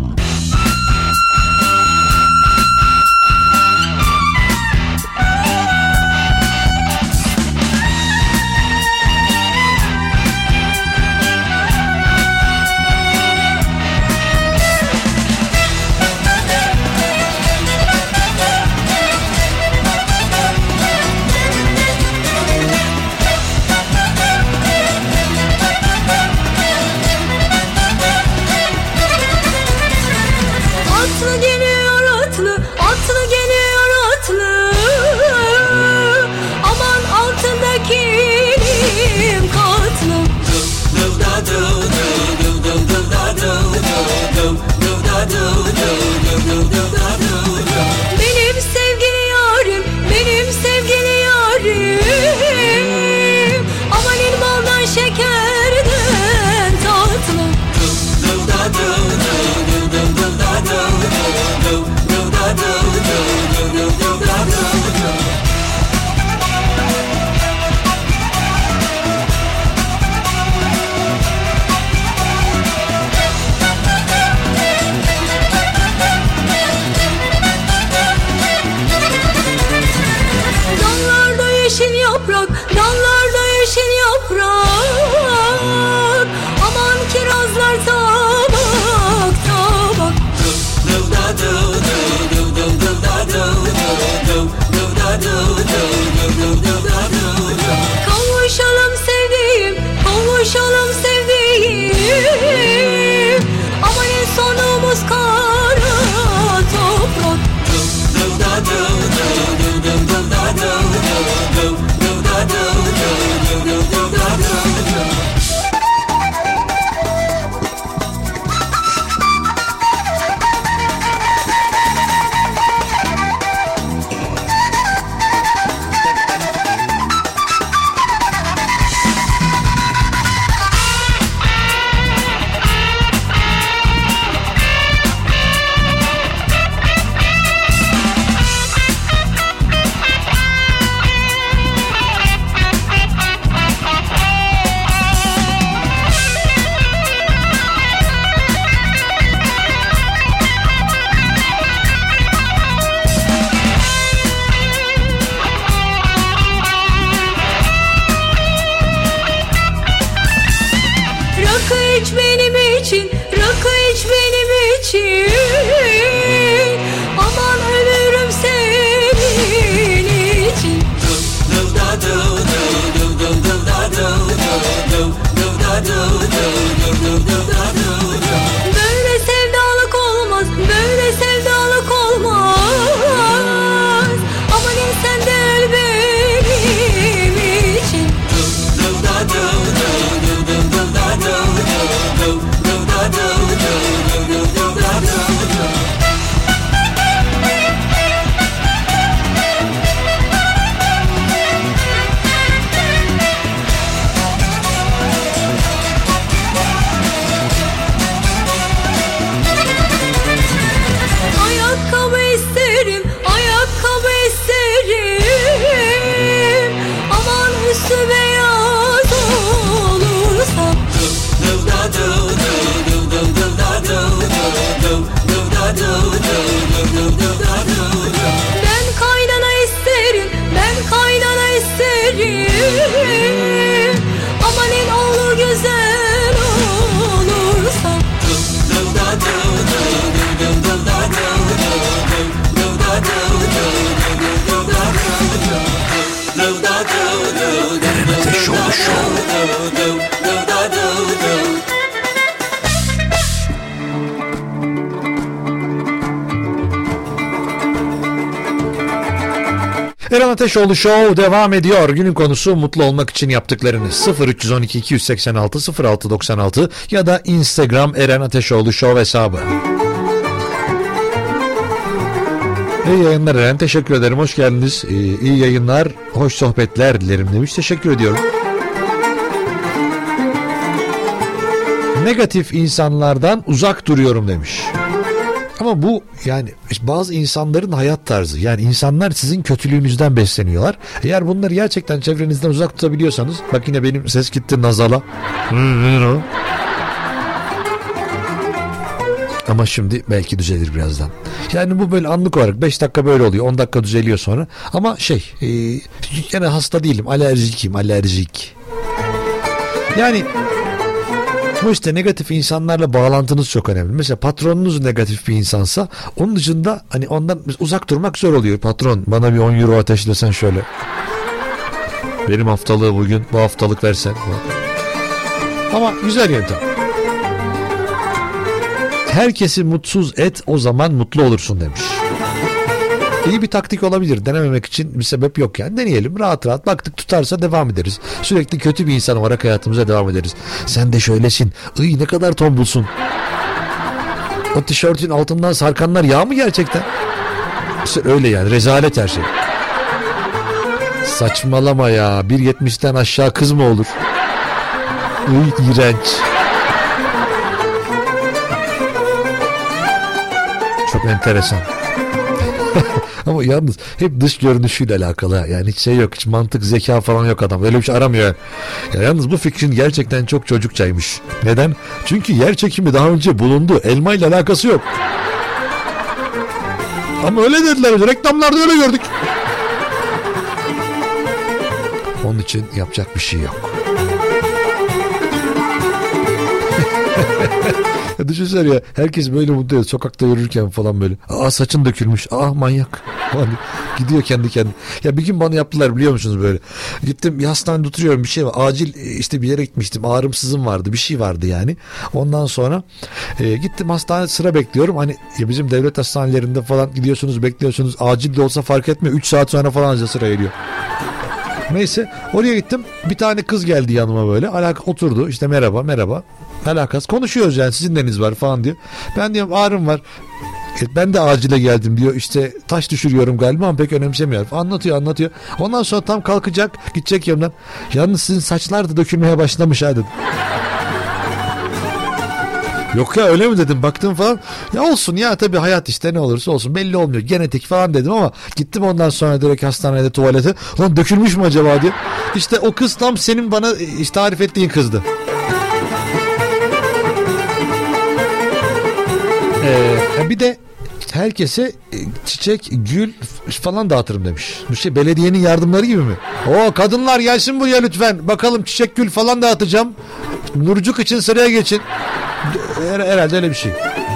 Benim sevgili yarim, benim sevgili yarim. Amanın baldan şekerden tatlı. Dallarda yeşil yaprak, aman kirazlar tabak tabak. Kavuşalım sevdiğim, kavuşalım sevdiğim. Amanın sonumuz kara toprak. Eren Ateşoğlu Show devam ediyor. Günün konusu mutlu olmak için yaptıklarınız. 0312 286 0696 ya da Instagram Eren Ateşoğlu Show hesabı. İyi yayınlar Eren. Teşekkür ederim. Hoş geldiniz. İyi yayınlar, hoş sohbetler dilerim demiş. Teşekkür ediyorum. Negatif insanlardan uzak duruyorum demiş. Ama bu yani bazı insanların hayat tarzı. Yani insanlar sizin kötülüğünüzden besleniyorlar. Eğer bunları gerçekten çevrenizden uzak tutabiliyorsanız, bak yine benim ses gitti nazala. Ama şimdi belki düzelir birazdan. Yani bu böyle anlık olarak 5 dakika böyle oluyor, 10 dakika düzeliyor sonra. Ama yani hasta değilim, alerjik. Yani bu işte negatif insanlarla bağlantınız çok önemli. Mesela patronunuz negatif bir insansa onun dışında hani ondan uzak durmak zor oluyor. Patron bana bir 10 euro ateşlesen şöyle. Benim haftalığı bugün, bu haftalık versen. Ama güzel yöntem. Herkesi mutsuz et, o zaman mutlu olursun demiş. İyi bir taktik olabilir. Denememek için bir sebep yok yani. Deneyelim rahat rahat. Baktık tutarsa devam ederiz. Sürekli kötü bir insan olarak hayatımıza devam ederiz. Sen de şöylesin. Iy ne kadar tombulsun. O tişörtün altından sarkanlar yağ mı gerçekten? Öyle yani. Rezalet her şey. Saçmalama ya. 1.70'ten aşağı kız mı olur? Iy iğrenç. Çok enteresan. Ama yalnız hep dış görünüşüyle alakalı. Yani hiç şey yok. Hiç mantık, zeka falan yok adam. Öyle bir şey aramıyor yani. Ya yalnız bu fikrin gerçekten çok çocukçaymış. Neden? Çünkü yer çekimi daha önce bulundu. Elma ile alakası yok. Ama öyle dediler. Reklamlarda öyle gördük. Onun için yapacak bir şey yok. Düşünsene ya, herkes böyle mutlu ya, sokakta yürürken falan böyle. Aa saçın dökülmüş. Aa manyak. Gidiyor kendi kendine. Ya bir gün bana yaptılar biliyor musunuz böyle. Gittim hastanede oturuyorum, bir şey var. Acil işte bir yere gitmiştim. Ağrımsızım vardı. Bir şey vardı yani. Ondan sonra gittim hastanede sıra bekliyorum. Hani ya bizim devlet hastanelerinde falan gidiyorsunuz, bekliyorsunuz. Acil de olsa fark etmiyor. 3 saat sonra falan sıra geliyor. Neyse oraya gittim. Bir tane kız geldi yanıma böyle. Oturdu. İşte merhaba. Alakası. Konuşuyoruz yani, sizin neniz var falan diyor. Ben diyorum ağrım var. Ben de acile geldim diyor. İşte taş düşürüyorum galiba ama pek önemsemiyor. Anlatıyor. Ondan sonra tam kalkacak, gidecek yanımdan. Yalnız sizin saçlar da dökülmeye başlamış ha dedim. Yok ya öyle mi dedim, baktım falan. Ya olsun ya, tabii hayat işte, ne olursa olsun belli olmuyor. Genetik falan dedim ama gittim ondan sonra direkt hastanede tuvalete. Lan dökülmüş mü acaba diye. İşte o kız tam senin bana tarif ettiğin kızdı. Bir de herkese çiçek, gül falan dağıtırım demiş. Bu şey belediyenin yardımları gibi mi? O kadınlar gelsin buraya lütfen. Bakalım çiçek, gül falan dağıtacağım. Nurcuk için sıraya geçin. Herhalde öyle bir şey.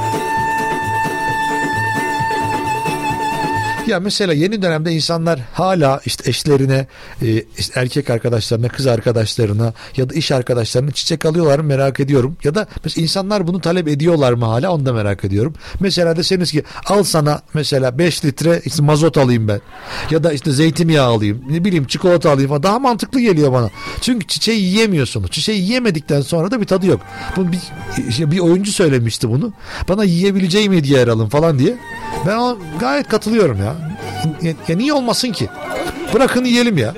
Ya mesela yeni dönemde insanlar hala işte eşlerine, işte erkek arkadaşlarına, kız arkadaşlarına ya da iş arkadaşlarına çiçek alıyorlar mı merak ediyorum. Ya da mesela insanlar bunu talep ediyorlar mı hala, onu da merak ediyorum. Mesela deseniz ki al sana mesela 5 litre işte mazot alayım ben. Ya da işte zeytinyağı alayım. Ne bileyim çikolata alayım falan. Daha mantıklı geliyor bana. Çünkü çiçeği yiyemiyorsunuz. Çiçeği yiyemedikten sonra da bir tadı yok. Bu bir oyuncu söylemişti bunu. Bana yiyebileceğim hediye alın falan diye. Ben ona gayet katılıyorum ya. Ya niye olmasın ki? Bırakın yiyelim ya.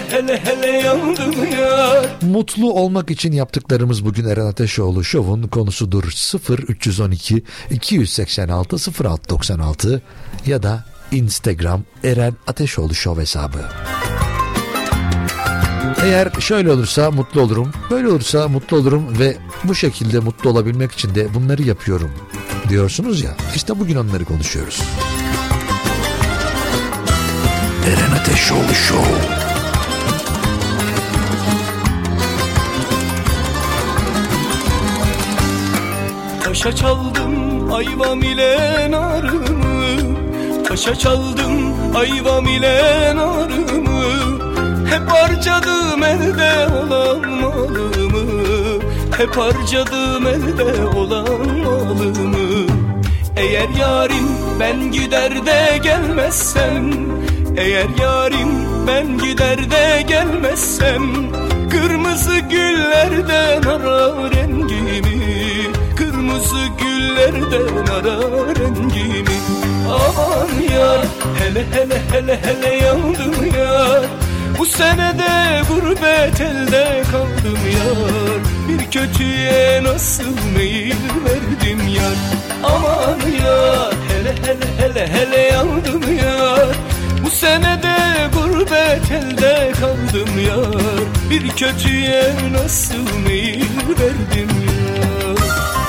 Mutlu olmak için yaptıklarımız bugün Eren Ateşoğlu Show'un konusudur. 0312 286 0696 ya da Instagram Eren Ateşoğlu Show hesabı. Eğer şöyle olursa mutlu olurum, böyle olursa mutlu olurum ve bu şekilde mutlu olabilmek için de bunları yapıyorum diyorsunuz ya. İşte bugün onları konuşuyoruz. Eren Ateşoğlu Show. Taşa çaldım ayvam ile narımı, taşa çaldım ayvam ile narımı. Hep harcadım elde olan malımı, hep harcadım elde olan malımı. Eğer yarim ben gider de gelmezsem, Eğer yarim ben gider de gelmezsem, kırmızı güllerden ara rengimi, kırmızı güllerden ara rengimi. Aman yar, hele hele hele hele yandım yar, bu senede gurbet elde kaldım yar. Bir kötüye nasıl meyil verdim yar. Aman yar, hele hele hele hele yandım yar, bu senede gurbet elde kaldım yar. Bir kötüye nasıl meyil verdim yar.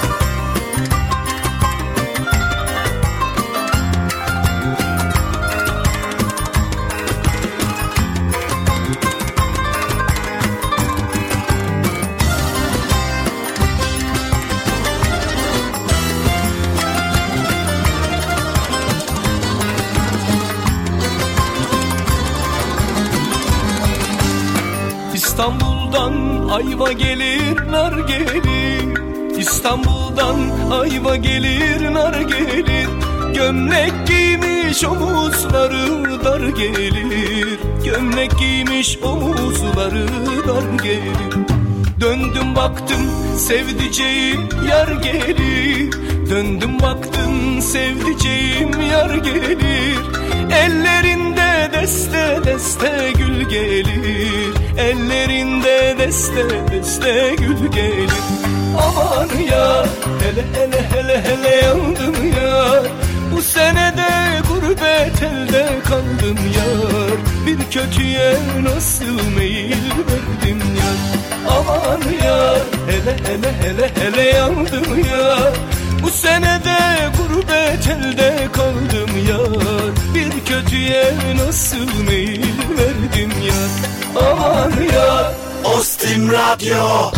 İstanbul'dan ayva gelir, nar gelir. İstanbul'dan ayva gelir, nar gelir. Gömlek giymiş omuzları dar gelir, gömlek giymiş omuzları dar gelir. Döndüm baktım sevdiceğim yar gelir, döndüm baktım sevdiceğim yar gelir. Ellerinde deste deste gül gelir, ellerinde deste deste gül gelir. Aman ya, hele hele hele hele yandım ya, bu senede gurbet elde kaldım yar. Bir kötüye nasıl meyil verdim yar. Aman ya, hele hele hele hele yandım ya, bu senede gurbet elde kaldım yar. Bir kötüye nasıl meyil verdim yar. Aman ya. Ostim Radyo.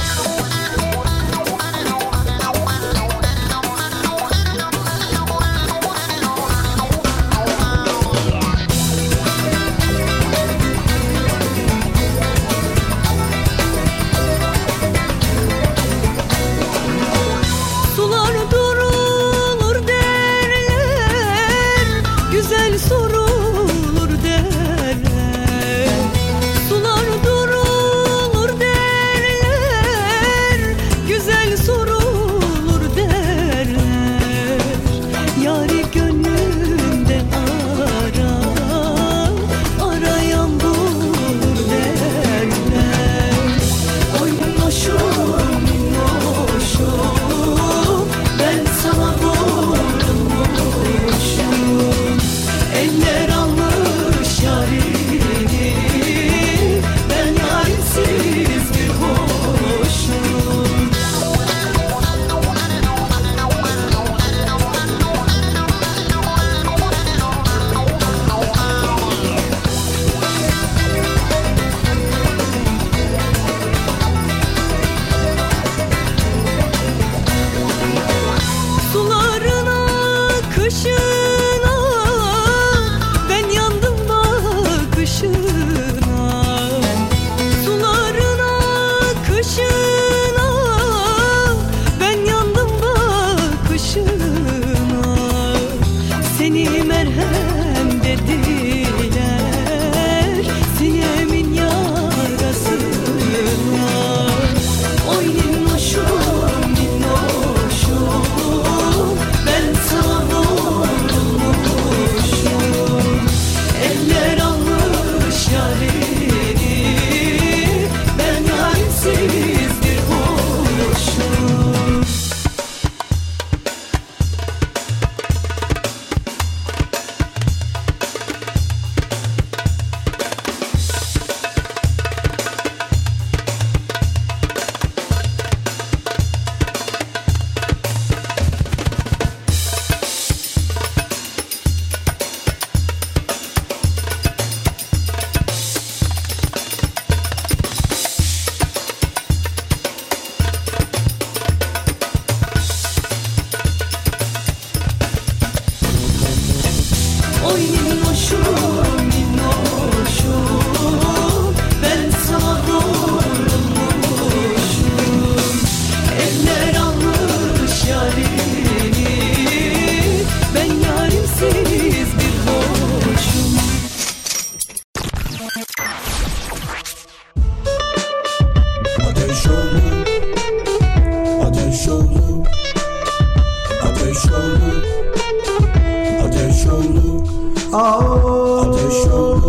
ateş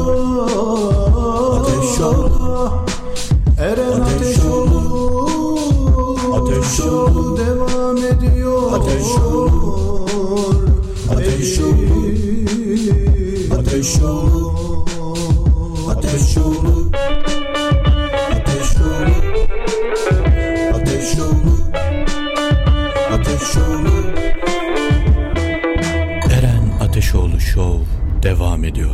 olur, ateş olur. Eren ateş olur, ateş olur. Devam ediyor, ateş olur, ateş olur, ateş olur, ateş olur, ateş olur, ateş olur, ateş olur. Eren Ateşoğlu Show devam ediyor.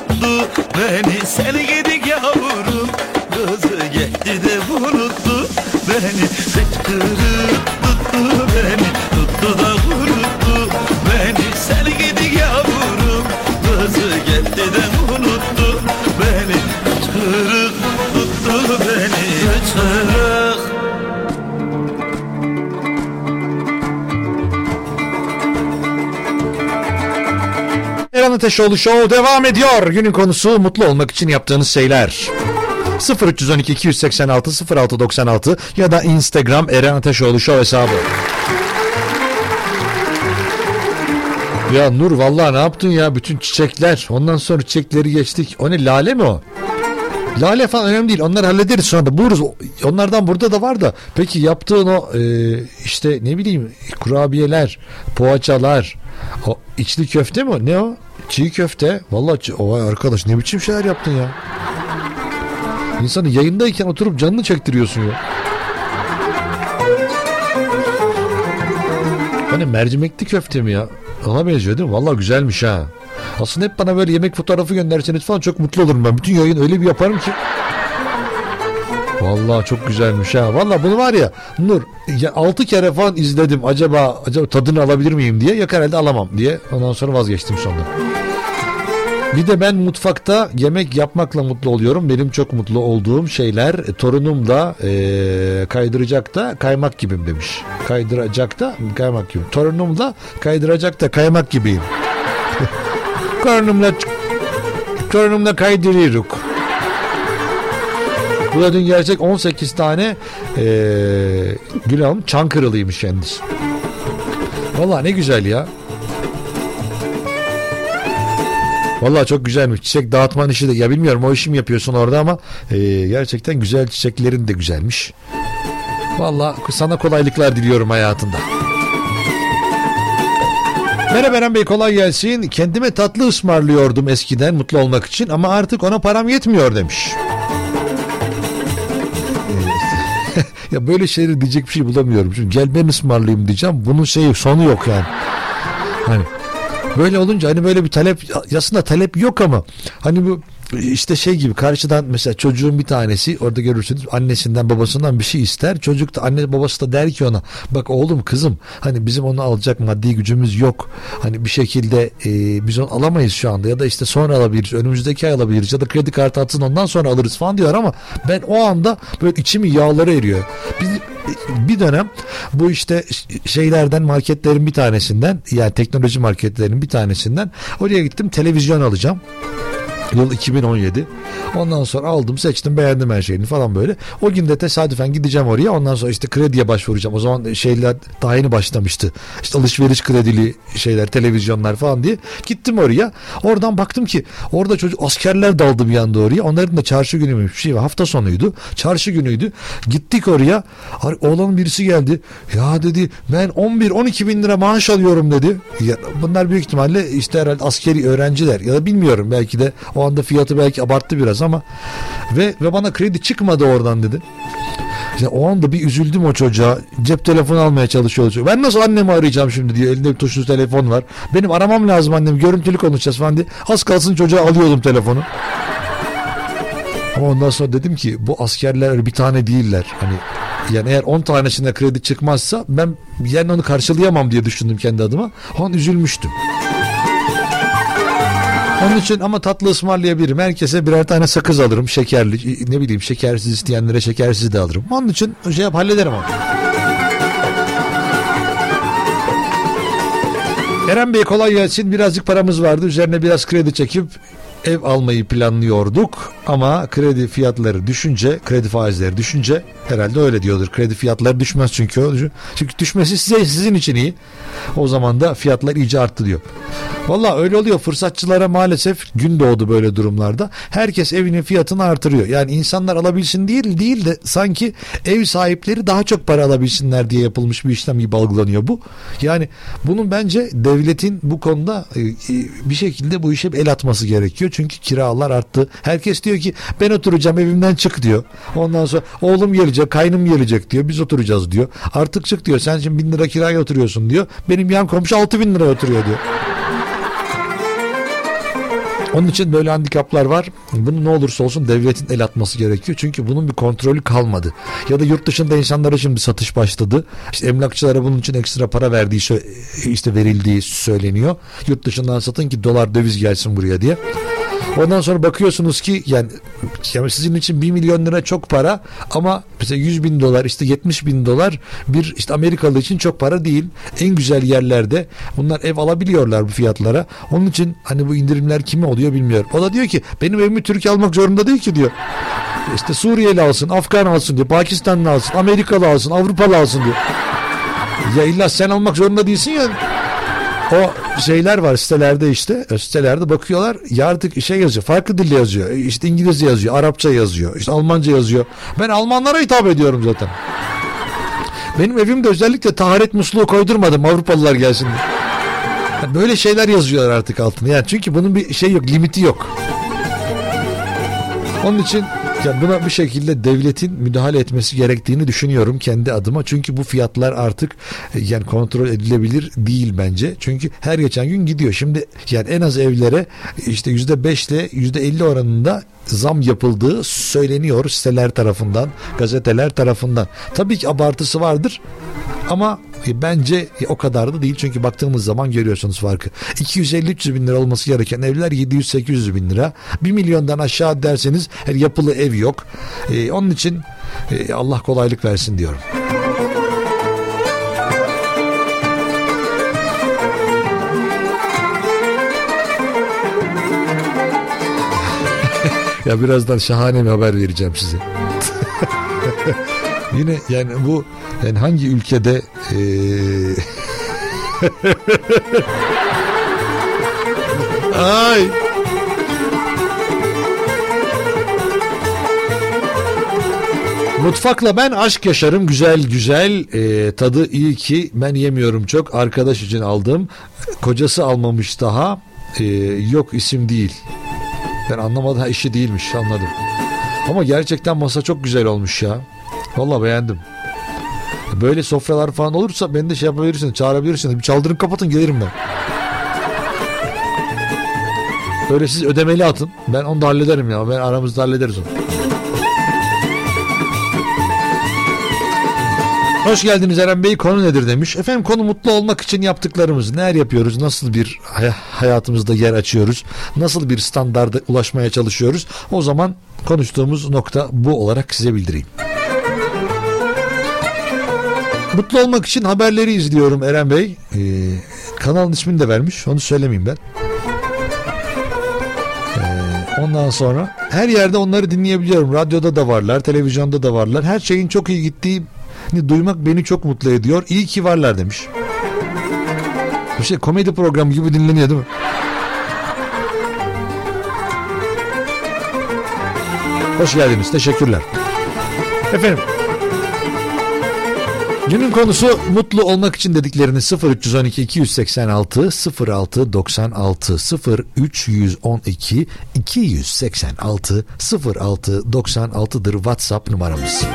Beni seni gidik yavrum, kızı gitti de unuttu. beni, hıçkırık tuttu beni, tuttu da kuruttu beni. Sel gidi yavrum, kızı gitti de unuttu beni, hıçkırık tuttu beni, hıçkırık. Eren Ateşoğlu Show devam ediyor. Günün konusu mutlu olmak için yaptığınız şeyler. 0312 286 0696 ya da Instagram Eren Ateşoğlu Show hesabı. Ya Nur vallahi ne yaptın ya, bütün çiçekler, ondan sonra çiçekleri geçtik. O ne, lale mi o? Lale falan önemli değil, onları hallederiz sonra da buluruz. Onlardan burada da var da. Peki yaptığın o işte ne bileyim kurabiyeler, poğaçalar, o içli köfte mi, ne o? Çiğ köfte. Vallahi vay arkadaş, ne biçim şeyler yaptın ya. İnsanı yayındayken oturup canını çektiriyorsun ya. Hani mercimekli köfte mi ya? Ona benziyor değil mi? Vallahi güzelmiş ha. Aslında hep bana böyle yemek fotoğrafı gönderseniz falan çok mutlu olurum ben. Bütün yayın öyle bir yaparım ki. Vallahi çok güzelmiş ha. Vallahi bunu var ya Nur, 6 kere falan izledim. Acaba tadını alabilir miyim diye. Yok herhalde alamam diye. Ondan sonra vazgeçtim sonra. Bir de ben mutfakta yemek yapmakla mutlu oluyorum. Benim çok mutlu olduğum şeyler, torunum da kaydıracakta kaymak gibiyim demiş. Kaydıracakta kaymak gibi. Torunum da kaydıracakta kaymak gibiyim. Torunumla kaydırıyoruz. Bu da dün gerçek 18 tane Gül Hanım Çankırılıymış kendisi. Vallahi ne güzel ya. Vallahi çok güzelmiş. Çiçek dağıtman işi de, ya bilmiyorum o işi mi yapıyorsun orada ama gerçekten güzel, çiçeklerin de güzelmiş. Vallahi sana kolaylıklar diliyorum hayatında. Merhaba Eren Bey, kolay gelsin. Kendime tatlı ısmarlıyordum eskiden mutlu olmak için ama artık ona param yetmiyor demiş. Ya böyle şeyleri diyecek bir şey bulamıyorum. Çünkü gel ben ısmarlayayım diyeceğim. Bunun sonu yok yani. Hani böyle olunca hani böyle bir talep, aslında talep yok ama hani bu işte şey gibi, karşıdan mesela çocuğun bir tanesi orada görürsünüz annesinden babasından bir şey ister. Çocuk da, anne babası da der ki ona, bak oğlum kızım hani bizim onu alacak maddi gücümüz yok. Hani bir şekilde biz onu alamayız şu anda ya da işte sonra alabiliriz, önümüzdeki ay alabiliriz ya da kredi kartı atsın ondan sonra alırız falan diyor ama ben o anda böyle içimi yağları eriyor. Bir dönem bu işte şeylerden, marketlerin bir tanesinden, yani teknoloji marketlerinin bir tanesinden oraya gittim, televizyon alacağım. Yıl 2017. Ondan sonra aldım, seçtim, beğendim her şeyini falan böyle. O gün de tesadüfen gideceğim oraya. Ondan sonra işte krediye başvuracağım. O zaman şeyler daha yeni başlamıştı. İşte alışveriş kredili şeyler, televizyonlar falan diye. Gittim oraya. Oradan baktım ki orada askerler daldı bir anda oraya. Onların da çarşı günü bir şey var. Hafta sonuydu. Çarşı günüydü. Gittik oraya. Oğlanın birisi geldi. Ya dedi, ben 11-12 bin lira maaş alıyorum dedi. Ya, bunlar büyük ihtimalle işte herhalde askeri öğrenciler ya da bilmiyorum, belki de o anda fiyatı belki abarttı biraz ama ve bana kredi çıkmadı oradan dedi. İşte o anda bir üzüldüm o çocuğa. Cep telefonu almaya çalışıyor. Ben nasıl annemi arayacağım şimdi diye, elinde bir tuşlu telefon var. Benim aramam lazım annem, görüntülü konuşacağız falan diye. Az kalsın çocuğa alıyordum telefonu. Ama ondan sonra dedim ki bu askerler bir tane değiller. Hani yani eğer 10 tanesinde kredi çıkmazsa ben yani onu karşılayamam diye düşündüm kendi adıma. O an üzülmüştüm. Onun için ama tatlı ısmarlayabilirim. Herkese birer tane sakız alırım. Şekerli, ne bileyim şekersiz isteyenlere şekersiz de alırım. Onun için hallederim ama. Eren Bey kolay gelsin. Birazcık paramız vardı. Üzerine biraz kredi çekip ev almayı planlıyorduk. Ama kredi fiyatları düşünce, kredi faizleri düşünce, herhalde öyle diyordur. Kredi fiyatları düşmez çünkü. Çünkü düşmesi sizin için iyi. O zaman da fiyatlar iyice arttı diyor. Vallahi öyle oluyor. Fırsatçılara maalesef gün doğdu böyle durumlarda. Herkes evinin fiyatını artırıyor. Yani insanlar alabilsin değil de sanki ev sahipleri daha çok para alabilsinler diye yapılmış bir işlem gibi algılanıyor bu. Yani bunun bence devletin bu konuda bir şekilde bu işe el atması gerekiyor. Çünkü kiralar arttı. Herkes diyor ki ben oturacağım, evimden çık diyor. Ondan sonra oğlum gelecek, kaynım gelecek diyor. Biz oturacağız diyor. Artık çık diyor. Sen şimdi 1000 lira kiraya oturuyorsun diyor. Benim yan komşu 6000 liraya oturuyor diyor. Onun için böyle handikaplar var. Bunu ne olursa olsun devletin el atması gerekiyor. Çünkü bunun bir kontrolü kalmadı. Ya da yurt dışında insanlara şimdi satış başladı. İşte emlakçılara bunun için ekstra para verildiği söyleniyor. Yurt dışından satın ki dolar döviz gelsin buraya diye. Ondan sonra bakıyorsunuz ki yani sizin için 1 milyon lira çok para ama mesela 100 bin dolar işte 70 bin dolar bir işte Amerikalı için çok para değil. En güzel yerlerde bunlar ev alabiliyorlar bu fiyatlara. Onun için hani bu indirimler kime oluyor bilmiyorum. O da diyor ki benim evimi Türkiye almak zorunda değil ki diyor. İşte Suriyeli alsın, Afgan alsın diyor, Pakistanlı alsın, Amerikalı alsın, Avrupalı alsın diyor. Ya illa sen almak zorunda değilsin ya. O şeyler var sitelerde işte. Sitelerde bakıyorlar ya artık şey yazıyor. Farklı dille yazıyor. İşte İngilizce yazıyor. Arapça yazıyor. İşte Almanca yazıyor. Ben Almanlara hitap ediyorum zaten. Benim evimde özellikle taharet musluğu koydurmadım. Avrupalılar gelsin diye. Yani böyle şeyler yazıyorlar artık altına. Yani çünkü bunun bir şey yok. Limiti yok. Onun için ya buna bir şekilde devletin müdahale etmesi gerektiğini düşünüyorum kendi adıma. Çünkü bu fiyatlar artık yani kontrol edilebilir değil bence. Çünkü her geçen gün gidiyor. Şimdi yani en az evlere işte %5 ile %50 oranında zam yapıldığı söyleniyor siteler tarafından, gazeteler tarafından. Tabii ki abartısı vardır ama bence o kadar da değil. Çünkü baktığımız zaman görüyorsunuz farkı. 250-300 bin lira olması gereken evler 700-800 bin lira. 1 milyondan aşağı derseniz yapılı ev yok. Onun için Allah kolaylık versin diyorum. Ya birazdan şahane bir haber vereceğim size. Yine yani bu yani hangi ülkede ay mutfakla ben aşk yaşarım güzel tadı iyi ki ben yemiyorum çok arkadaş için aldım kocası almamış daha yok isim değil ben anlamadım ha işi değilmiş anladım ama gerçekten masa çok güzel olmuş ya vallahi beğendim. Böyle sofralar falan olursa beni de şey yapabilirsiniz, çağırabilirsiniz. Bir çaldırın kapatın gelirim ben. Böyle siz ödemeli atın. Ben onu da hallederim ya. Ben aramızda hallederiz onu. Hoş geldiniz Eren Bey. Konu nedir demiş. Efendim konu mutlu olmak için yaptıklarımız. Neler yapıyoruz? Nasıl bir hayatımızda yer açıyoruz? Nasıl bir standarda ulaşmaya çalışıyoruz? O zaman konuştuğumuz nokta bu olarak size bildireyim. Mutlu olmak için haberleri izliyorum Eren Bey. Kanalın ismini de vermiş. Onu söylemeyeyim ben. Ondan sonra her yerde onları dinleyebiliyorum. Radyoda da varlar, televizyonda da varlar. Her şeyin çok iyi gittiğini duymak beni çok mutlu ediyor. İyi ki varlar demiş. Bir şey komedi programı gibi dinleniyor değil mi? Hoş geldiniz. Teşekkürler. Efendim. Günün konusu mutlu olmak için dediklerini 0312 286 06 96 0312 286 06 96'dır WhatsApp numaramız.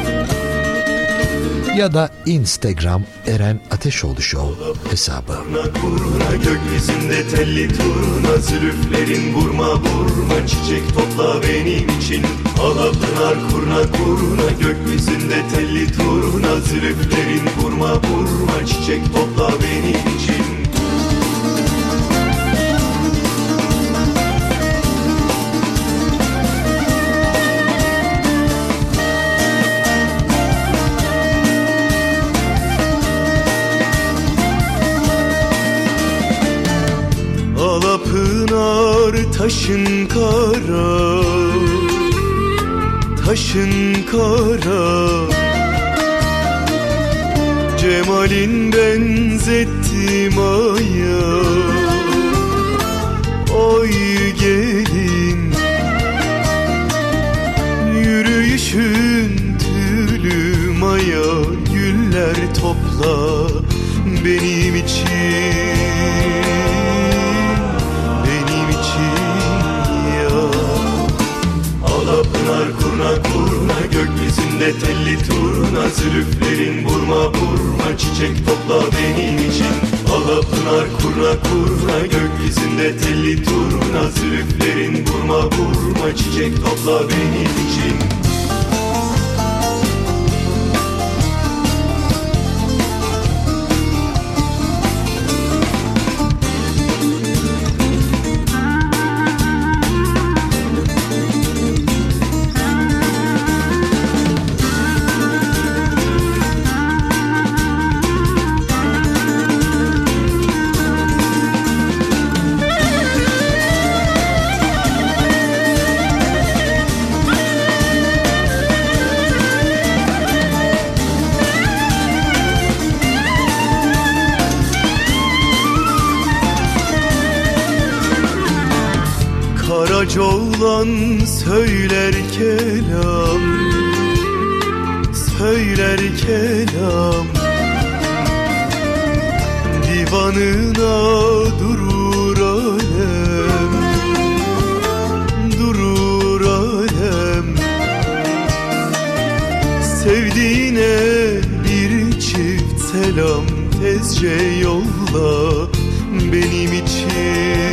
Ya da Instagram Eren Ateşoğlu Show hesabı. Kuruna gökyüzünde telli turuna zülüflerin vurma vurma çiçek topla benim için. Alapınar kuruna gökyüzünde telli turuna zülüflerin vurma vurma çiçek topla benim için. Alapınar taşın kara, taşın kara, cemalin benzettim aya. Oy gelin, yürüyüşün tülü maya, güller topla benim için. Kurna gökyüzünde telli turna zülüflerin vurma vurma çiçek topla benim için. Alapınar kurna kurna, gökyüzünde telli turna, zülüflerin vurma vurma, çiçek topla benim için. Karaca oğlan söyler kelam, söyler kelam, divanına durur alem, durur alem. Sevdiğine bir çift selam tezce yolla benim için.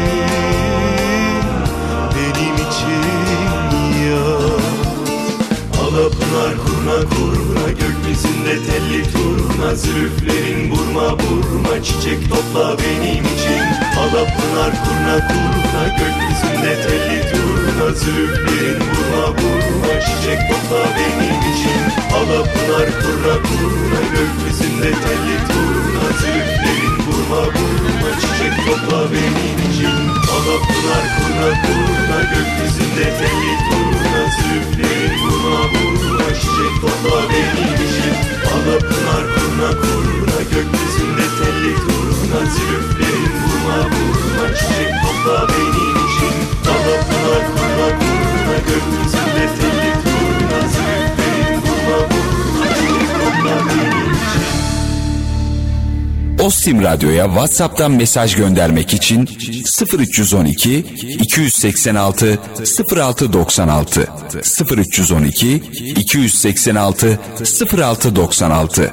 Alapınar kurna kurna, gökyüzünde telli turna, zülüflerin vurma vurma, çiçek topla benim için. Alapınar kurna kurna, gökyüzünde telli turna, zülüflerin vurma vurma, çiçek topla benim için. Alapınar kurna kurna, gökyüzünde telli turna, zülüflerin vurma vurma, çiçek topla benim için. Alapınar kurna kurna, gökyüzünde telli turna, zülüflerin vurma vurma, çiçek topla benim için. Alapınar kurna kurna, gökyüzünde telli turna, zülüflerin vurma vurma, çiçek topla benim için. Alapınar kurna kurna, gökyüzünde telli turna, zülüflerin vurma vurma, çiçek topla benim için. Ostim Radyo'ya WhatsApp'tan mesaj göndermek için 0312 286 0696 0312 286 0696.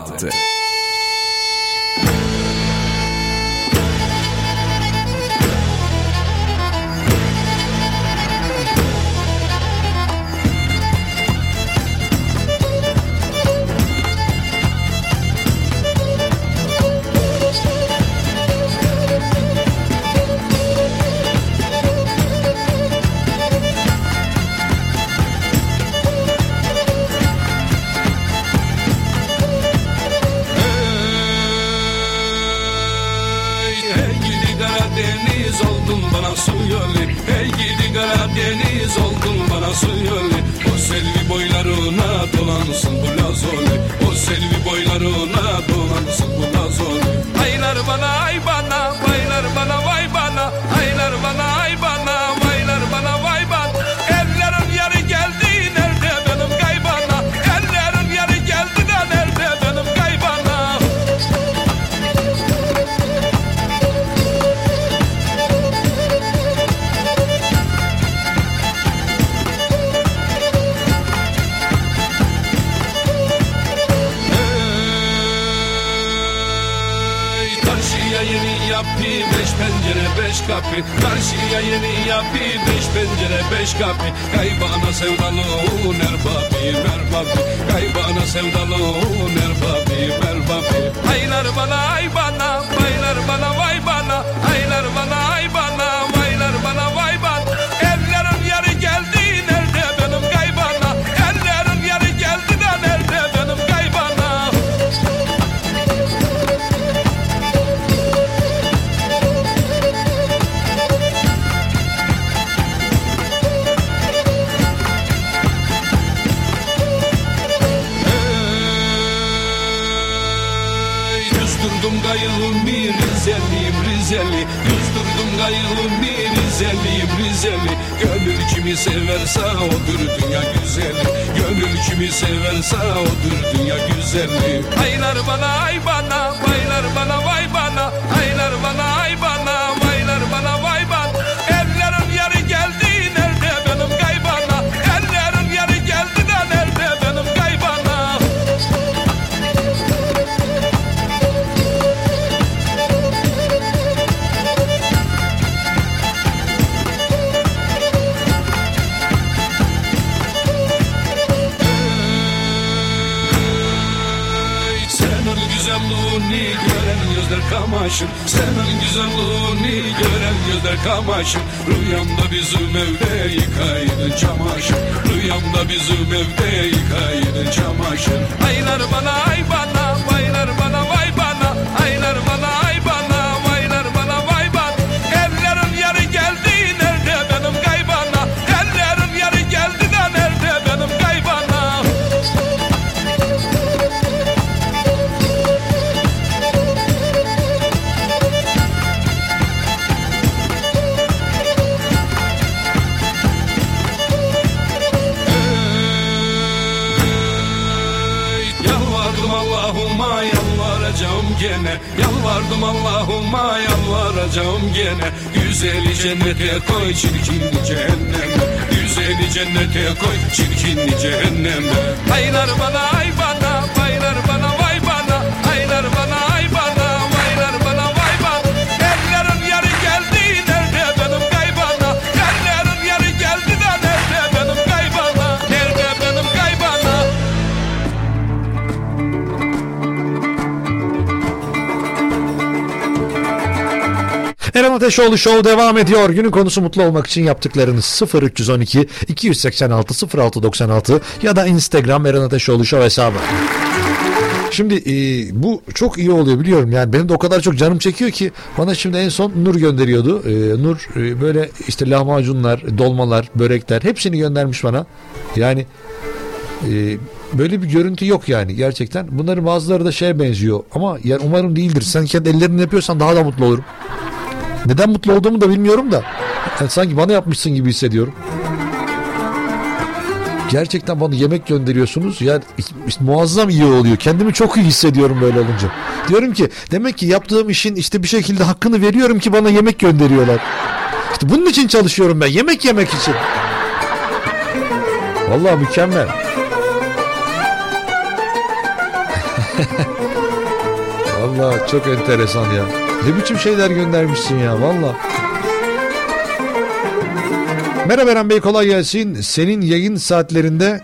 Karşıya yeni yapı, beş pencere beş kapı. Kaybana sevdalı erbabı erbabı, kaybana sevdalı erbabı erbabı. Aylar bana ay bana, baylar bana vay bana, aylar bana ay bana, baylar bana vay bana. Ellerin yarı geldi nerede benim kaybana, ellerin yarı geldi de nerede benim kaybana. 'Ey gidi kara deniz oldun bana su yolu, ey gidi kara deniz oldun bana su yolu. O selvi boylarına dolansın bu laz oli, o selvi boylarına dolansın bu laz oli. Aylar bana ay bana, baylar bana vay bana, aylar bana vay bana. Ellerin yarı geldi nerede benim kaybana, ellerin yarı geldi de nerede benim kaybana. Yüzdürdüm gayılımı Rizeliyim Rizeli, yüzdürdüm gayılımı Rizeliyim Rizeli. Gönül kimi severse odur dünya güzeli, gönül kimi severse odur dünya güzeli. Aylar bana ay bana, baylar bana vay bana, aylar bana ay bana, baylar bana vay bana. Ellerin yarı geldi nerede benim kaybana, ellerin yarı geldi de nerede benim kaybana. güzelliğini gören gözler kamaşır. Senin güzelliğini gören gözler kamaşır. Rüyamda bizim evde yıkaydın çamaşır. Rüyamda bizim evde yıkaydın çamaşır. Aylar bana ay bana, vaylar bana vay bana. Aylar bana ay bana, vaylar bana vay bana. Ellerin yarı geldi nerede benim kaybana. Ellerin yarı geldi de nerede benim kaybana. Yalvardım Allah'ıma yalvaracağım gene. Yalvardım Allah'ıma yalvaracağım gene. Güzeli cennete koy, çirkinli cehenneme. Güzeli cennete koy, çirkinli cehenneme. Aylar bana ay bana, baylar bana vay bana. Aylar bana ay bana, baylar bana vay bana. Ellerin yarı geldi nerede benim kaybana. Ellerin yarı geldi de nerede benim kaybana. Nerede benim kaybana. Eren Ateşoğlu Show devam ediyor. Günün konusu mutlu olmak için yaptıklarınız 0312 286 0696 ya da Instagram Eren Ateşoğlu Show hesabı. Şimdi bu çok iyi oluyor biliyorum. Yani benim de o kadar çok canım çekiyor ki bana şimdi en son Nur gönderiyordu. Nur böyle işte lahmacunlar, dolmalar, börekler hepsini göndermiş bana. Yani böyle bir görüntü yok yani gerçekten. Bunların bazıları da şeye benziyor ama yani umarım değildir. Sen kendi ellerinle yapıyorsan daha da mutlu olurum. Neden mutlu olduğumu da bilmiyorum da yani sanki bana yapmışsın gibi hissediyorum. Gerçekten bana yemek gönderiyorsunuz. Yani işte muazzam iyi oluyor. Kendimi çok iyi hissediyorum böyle olunca. Diyorum ki demek ki yaptığım işin işte bir şekilde hakkını veriyorum ki bana yemek gönderiyorlar. İşte bunun için çalışıyorum ben. Yemek yemek için. Vallahi mükemmel. Vallahi çok enteresan ya. Ne biçim şeyler göndermişsin ya valla. Merhaba Eren Bey, kolay gelsin. Senin yayın saatlerinde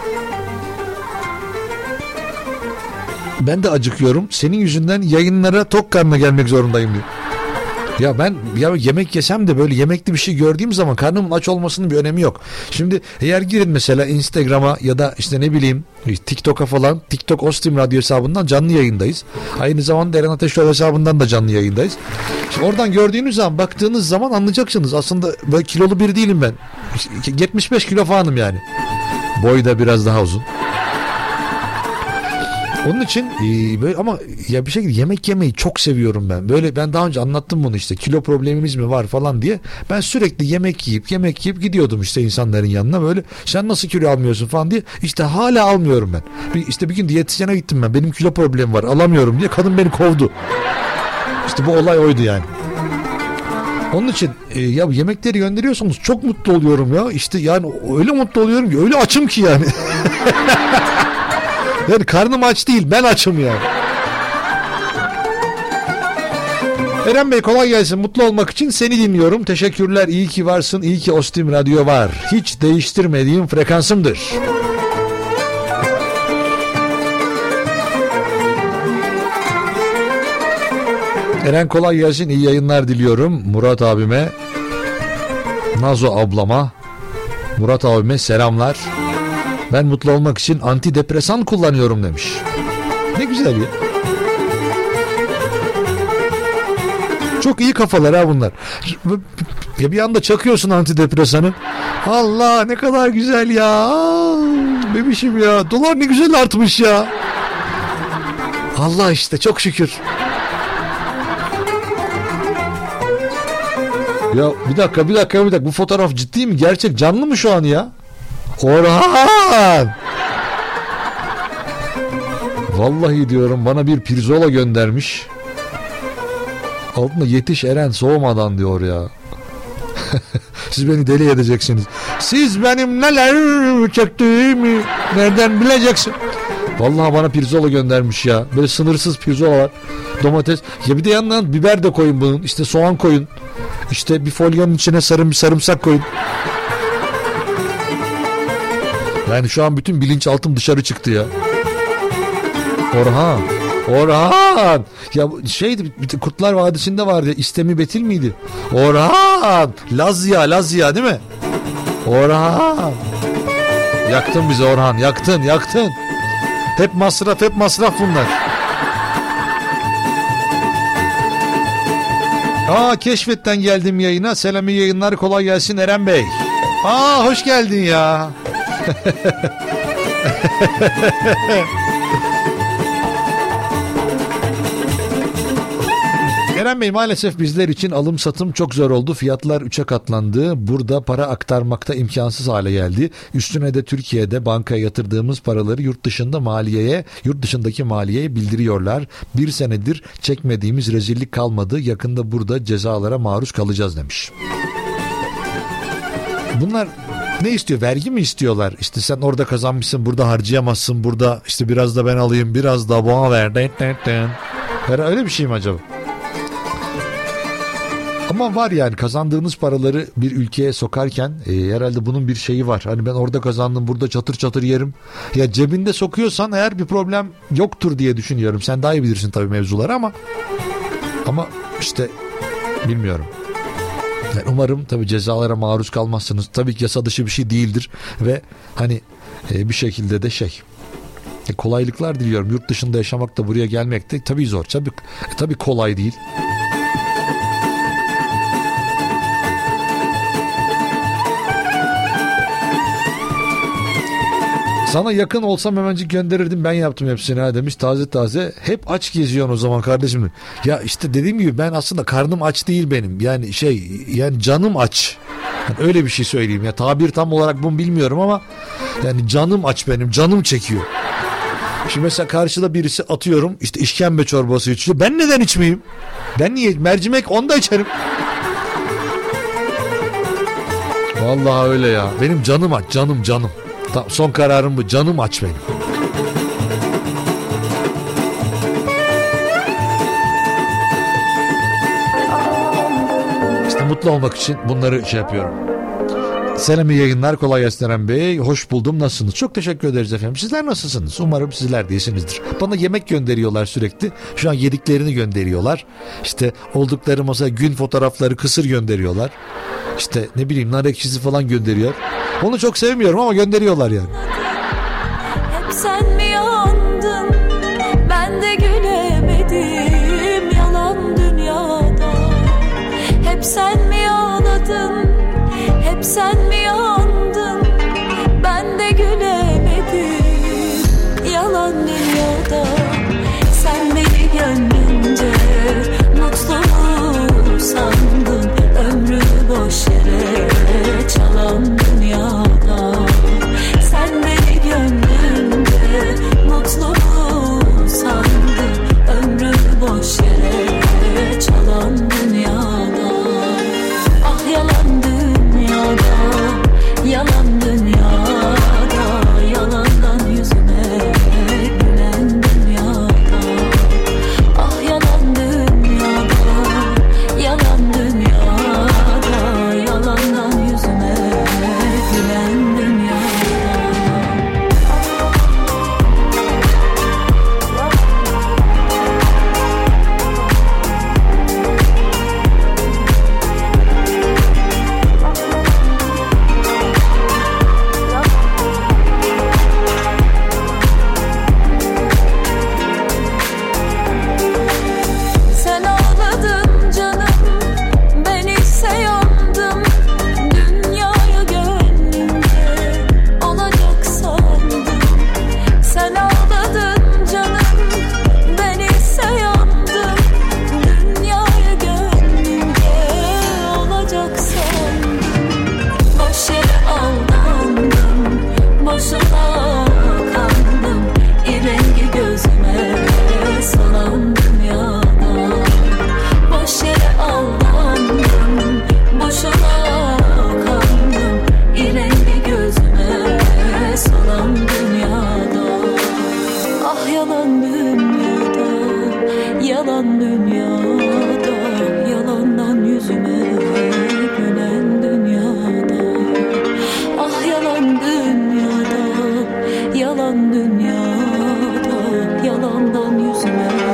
ben de acıkıyorum. Senin yüzünden yayınlara tok karnına gelmek zorundayım diyor. Ya ben yemek yesem de böyle yemekli bir şey gördüğüm zaman karnımın aç olmasının bir önemi yok. Şimdi eğer girin mesela Instagram'a ya da işte ne bileyim TikTok'a falan, TikTok Ostim Radyo hesabından canlı yayındayız. Aynı zamanda Eren Ateşoğlu hesabından da canlı yayındayız. Şimdi oradan gördüğünüz zaman, baktığınız zaman anlayacaksınız. Aslında böyle kilolu biri değilim ben. 75 kilo falanım yani. Boy da biraz daha uzun. Onun için böyle ama ya bir şekilde yemek yemeyi çok seviyorum ben. Böyle ben daha önce anlattım bunu işte. Kilo problemimiz mi var falan diye. Ben sürekli yemek yiyip gidiyordum işte insanların yanına böyle. Sen nasıl kilo almıyorsun falan diye. İşte hala almıyorum ben. Bir gün diyetisyene gittim ben. Benim kilo problemim var. Alamıyorum diye. Kadın beni kovdu. İşte bu olay oydu yani. Onun için ya yemekleri gönderiyorsanız çok mutlu oluyorum ya. İşte yani öyle mutlu oluyorum ki öyle açım ki yani. Yani karnım aç değil, ben açım yani. Eren Bey kolay gelsin. Mutlu olmak için seni dinliyorum. Teşekkürler. İyi ki varsın. İyi ki Ostim Radyo var. Hiç değiştirmediğim frekansımdır. Eren kolay gelsin. İyi yayınlar diliyorum. Murat abime, Nazo ablama, Murat abime selamlar. Ben mutlu olmak için antidepresan kullanıyorum demiş. Ne güzel ya. Çok iyi kafalar ha bunlar. Ya bir anda çakıyorsun antidepresanı. Allah ne kadar güzel ya. Bebişim ya. Dolar ne güzel artmış ya. Allah işte çok şükür. Ya bir dakika. Bu fotoğraf ciddi mi? Gerçek canlı mı şu an ya? Orhan! Vallahi diyorum bana bir pirzola göndermiş. Altında yetiş Eren soğumadan diyor ya. Siz beni deli edeceksiniz. Siz benim neler çektiğimi nereden bileceksin? Vallahi bana pirzola göndermiş ya. Böyle sınırsız pirzola var. Domates. Ya bir de yandan biber de koyun bunun. İşte soğan koyun. İşte bir folyanın içine sarımsak koyun. Yani şu an bütün bilinçaltım dışarı çıktı ya. Orhan. Ya şeydi, Kurtlar Vadisi'nde vardı ya, İstemi Betil miydi? Orhan. Lazya değil mi? Orhan. Yaktın bizi Orhan, yaktın. Hep masraf bunlar. Keşfetten geldim yayına. Selam, iyi yayınlar, kolay gelsin Eren Bey. Hoş geldin ya. Eren Bey, maalesef bizler için alım satım çok zor oldu. Fiyatlar 3'e katlandı. Burada para aktarmakta imkansız hale geldi. Üstüne de Türkiye'de bankaya yatırdığımız paraları yurt dışındaki maliyeye bildiriyorlar. 1 senedir çekmediğimiz rezillik kalmadı. Yakında burada cezalara maruz kalacağız demiş. Bunlar ne istiyor? Vergi mi istiyorlar? İşte sen orada kazanmışsın, burada harcayamazsın. Burada işte biraz da ben alayım, biraz da bana ver. Öyle bir şey mi acaba? Ama var yani, kazandığınız paraları bir ülkeye sokarken herhalde bunun bir şeyi var. Hani ben orada kazandım, burada çatır çatır yerim. Ya cebinde sokuyorsan eğer bir problem yoktur diye düşünüyorum. Sen daha iyi bilirsin tabii mevzuları ama işte bilmiyorum. Yani umarım tabii cezalara maruz kalmazsınız. Tabii ki yasa dışı bir şey değildir ve hani bir şekilde de kolaylıklar diliyorum. Yurt dışında yaşamak da buraya gelmek de tabii zor. Tabii kolay değil. Sana yakın olsam hemencik gönderirdim, ben yaptım hepsini ha demiş, taze. Hep aç geziyorsun o zaman kardeşim. Ya işte dediğim gibi ben aslında karnım aç değil benim. Yani yani canım aç. Yani öyle bir şey söyleyeyim ya, tabir tam olarak bunu bilmiyorum ama yani canım aç benim, canım çekiyor. Şimdi mesela karşıda birisi atıyorum işte işkembe çorbası içiyor. Ben neden içmeyeyim? Ben niye? Mercimek, onu da içerim. Vallahi öyle ya. Benim canım aç, canım. Son kararım bu. Canım aç benim. İşte mutlu olmak için bunları yapıyorum. Selam, iyi yayınlar, kolay gelsin Eren Bey. Hoş buldum, nasılsınız? Çok teşekkür ederiz efendim. Sizler nasılsınız? Umarım sizler de iyisinizdir. Bana yemek gönderiyorlar sürekli. Şu an yediklerini gönderiyorlar. İşte oldukları masaya gün fotoğrafları, kısır gönderiyorlar. İşte ne bileyim, nar ekşisi falan gönderiyor. Onu çok sevmiyorum ama gönderiyorlar yani. Hep sen mi yandın? Ben de gülemedim yalan dünyada. Hep sen mi ağladın? Hep sen mi yandın? Ben de gülemedim yalan dünyada. Sen beni gönlünce mutlu sandın, ömrü boş yere çalan dünyada. Sen beni gönlünde mutlu sandın, ömrü boş yere çalan dünyada. Ah yalan dünyada, yalan dünyada, yalandan yüzüme gülen dünyada. Ah yalan dünyada, yalan dünyada, yalandan yüzüme gülen dünyada. Sen ağladın canım, ben ise yandım. Dünyayı gönlümde olacak sandım. Sen ağladın canım, ben ise yandım. Dünyayı gönlümde olacak sandım. Boş yere aldandım, boşuna kandım. İrengi gözüme salan dünyada. Boş yere aldandım, boşuna kandım. İrengi gözüme salan dünyada. Ah yalan dünyada, yalan dünyada, yalandan yüzüme gülen dünyada. Ah yalan dünyada, yalan dünyada, yalandan yüzüme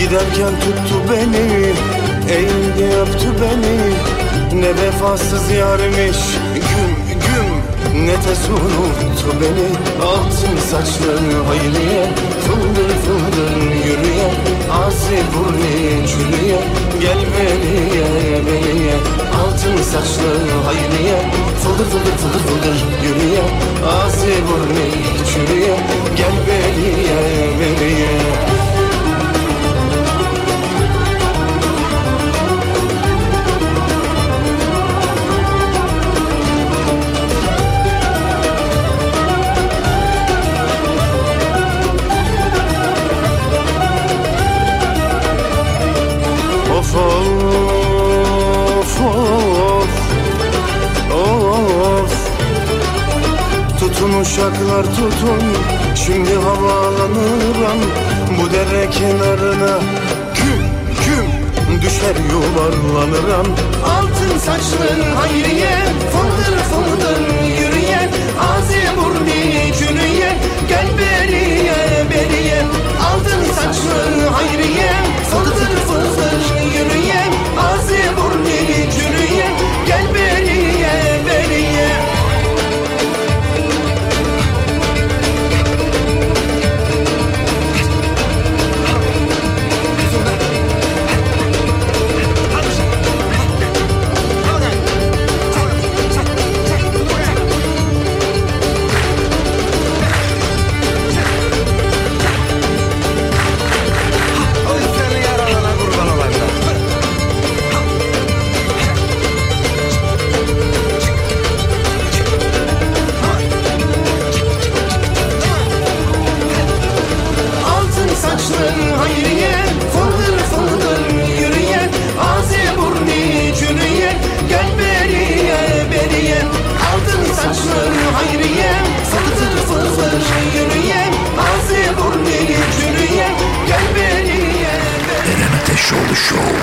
Giderken tuttu beni, eğildi öptü beni. Ne vefasız yarmış, güm güm. Ne tez unuttu beni. Altın saçlı hayriye, fıldır fıldır yürüye. Ağzı burnu çürüye, gel beriye beriye. Altın saçlı hayriye, fıldır fıldır fıldır fıldır yürüye. Ağzı burnu çürüye, gel beriye beriye. Of of of. Tutun uşaklar tutun, şimdi havalanırım. Bu dere kenarına küm küm düşer yuvarlanırım. Altın saçlı hayriye, fıldır fıldır yürüyen. Ağzı burnu çürüyen, gel beriye beriye. Altın saçlı hayriye, fıldır fıldır yürüyen. Ağzı burnu çürüyen, gel beriye beriye. Hayriye, fıldır fıldır yürüyen. Ağzı burnu çürüyen, gel beriye beriye. Altın saçlı hayriye, fıldır fıldır yürüyen. Ağzı burnu çürüyen, gel beriye beriye. Eren Ateşoğlu Show.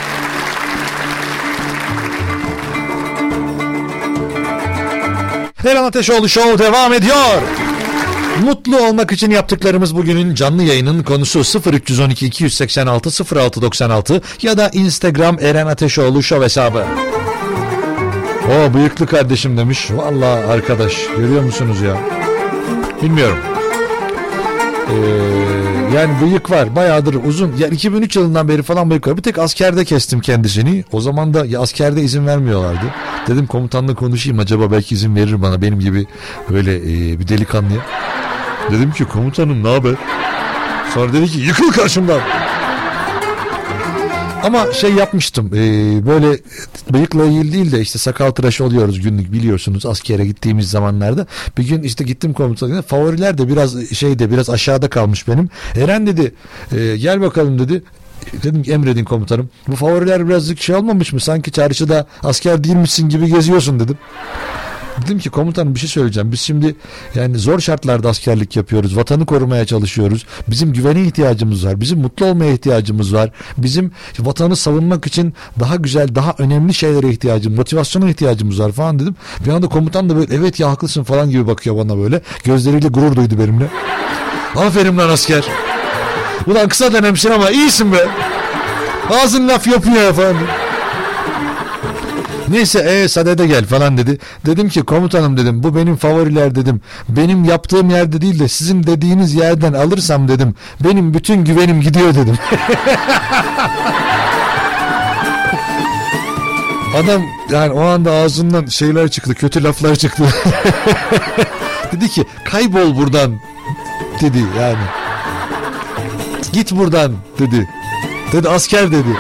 Eren Ateşoğlu Show devam ediyor. Mutlu olmak için yaptıklarımız bugünün canlı yayının konusu. 0312 286 0696 ya da Instagram Eren Ateşoğlu Show hesabı. O bıyıklı kardeşim demiş. Vallahi arkadaş, görüyor musunuz ya? Bilmiyorum. Yani bıyık var, bayağıdır uzun. Ya 2003 yılından beri falan bıyık var. Bir tek askerde kestim kendisini. O zaman da ya askerde izin vermiyorlardı. Dedim komutanla konuşayım, acaba belki izin verir bana, benim gibi böyle bir delikanlıya. Dedim ki komutanım ne haber? Sonra dedi ki yıkıl karşımdan. Ama şey yapmıştım, böyle bıyıkla ilgili değil de işte sakal tıraşı oluyoruz günlük, biliyorsunuz, askere gittiğimiz zamanlarda. Bir gün işte gittim komutanına, favoriler de biraz biraz aşağıda kalmış benim. Eren dedi gel bakalım dedi. Dedim ki emredin komutanım. Bu favoriler birazcık şey olmamış mı? Sanki çarşıda asker değilmişsin gibi geziyorsun dedim. Dedim ki komutanım bir şey söyleyeceğim. Biz şimdi yani zor şartlarda askerlik yapıyoruz. Vatanı korumaya çalışıyoruz. Bizim güvene ihtiyacımız var. Bizim mutlu olmaya ihtiyacımız var. Bizim vatanı savunmak için daha güzel, daha önemli şeylere ihtiyacımız, motivasyona ihtiyacımız var falan dedim. Bir anda komutan da böyle evet ya haklısın falan gibi bakıyor bana böyle. Gözleriyle gurur duydu benimle. Aferin lan asker. Ulan kısa dönemsin ama iyisin be. Ağzın laf yapıyor ya falan. Neyse sadede gel falan dedi. Dedim ki komutanım dedim, bu benim favoriler dedim. Benim yaptığım yerde değil de sizin dediğiniz yerden alırsam dedim, benim bütün güvenim gidiyor dedim. Adam yani o anda ağzından şeyler çıktı, kötü laflar çıktı. Dedi ki kaybol buradan dedi yani. Git buradan dedi. Dedi asker dedi.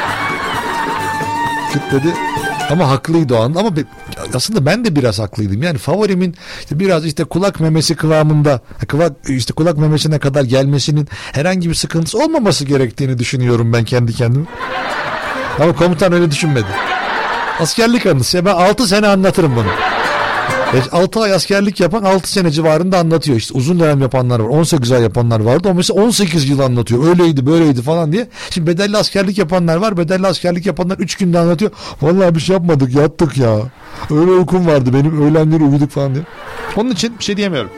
Git dedi. Ama haklıydı o anda. Ama aslında ben de biraz haklıydım. Yani favorimin işte biraz işte kulak memesi kıvamında, işte kulak memesine kadar gelmesinin herhangi bir sıkıntısı olmaması gerektiğini düşünüyorum ben kendi kendime. Ama komutan öyle düşünmedi. Askerlik anısı. Ben 6 sene anlatırım bunu. 6 ay askerlik yapan 6 sene civarında anlatıyor. İşte uzun dönem yapanlar var. 18 ay yapanlar vardı. O mesela 18 yıl anlatıyor. Öyleydi böyleydi falan diye. Şimdi bedelli askerlik yapanlar var. Bedelli askerlik yapanlar 3 günde anlatıyor. Vallahi bir şey yapmadık, yattık ya. Öyle uykum vardı benim. Öğlenleri uyuduk falan diye. Onun için bir şey diyemiyorum.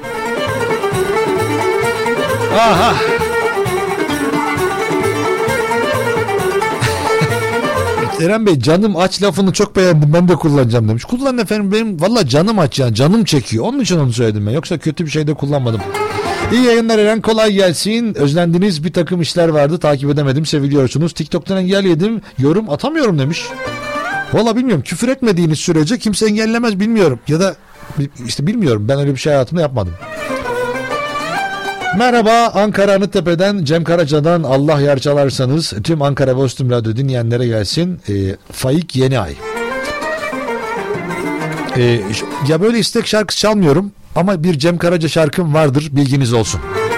Eren Bey canım aç lafını çok beğendim, ben de kullanacağım demiş. Kullan efendim, benim valla canım aç yani, canım çekiyor. Onun için onu söyledim ben. Yoksa kötü bir şey de kullanmadım. İyi yayınlar Eren, kolay gelsin. Özlendiğiniz bir takım işler vardı, takip edemedim, seviliyorsunuz. TikTok'tan engel yedim, yorum atamıyorum demiş. Valla bilmiyorum, küfür etmediğiniz sürece kimse engellemez, bilmiyorum. Ya da işte bilmiyorum, ben öyle bir şey hayatımda yapmadım. Merhaba, Ankara Anıttepe'den Cem Karaca'dan Allah yar çalarsanız tüm Ankara Bostum Radyo dinleyenlere gelsin. Faik Yeni Ay. Ya böyle istek şarkısı çalmıyorum ama bir Cem Karaca şarkım vardır, bilginiz olsun.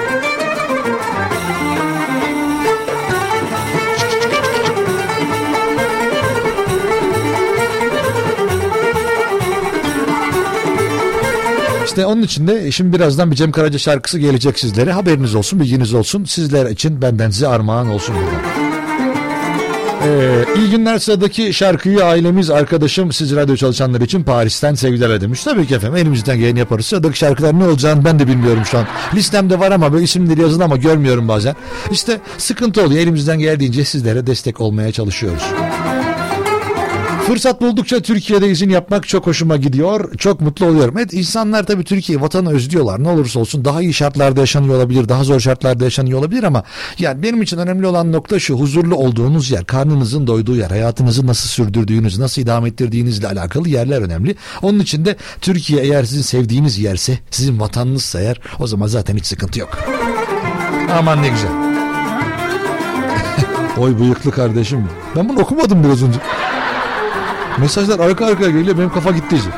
İşte onun için de şimdi birazdan bir Cem Karaca şarkısı gelecek sizlere. Haberiniz olsun, bilginiz olsun. Sizler için benden size armağan olsun burada. İyi günler, sıradaki şarkıyı ailemiz, arkadaşım, siz radyo çalışanları için Paris'ten sevgiler demiş. Tabii ki efendim, elimizden geleni yaparız. Sıradaki şarkılar ne olacağını ben de bilmiyorum şu an. Listemde var ama böyle isimleri yazılı ama görmüyorum bazen. İşte sıkıntı oluyor. Elimizden geldiğince sizlere destek olmaya çalışıyoruz. Fırsat buldukça Türkiye'de izin yapmak çok hoşuma gidiyor. Çok mutlu oluyorum. Evet, insanlar tabii Türkiye vatanı özlüyorlar. Ne olursa olsun daha iyi şartlarda yaşanıyor olabilir, daha zor şartlarda yaşanıyor olabilir ama yani benim için önemli olan nokta şu: huzurlu olduğunuz yer, karnınızın doyduğu yer, hayatınızı nasıl sürdürdüğünüz, nasıl idame ettirdiğinizle alakalı yerler önemli. Onun için de Türkiye eğer sizin sevdiğiniz yerse, sizin vatanınızsa eğer, o zaman zaten hiç sıkıntı yok. Aman ne güzel. Oy bıyıklı kardeşim. Ben bunu okumadım biraz önce. Mesajlar arka arkaya geliyor, benim kafa gitti iyice.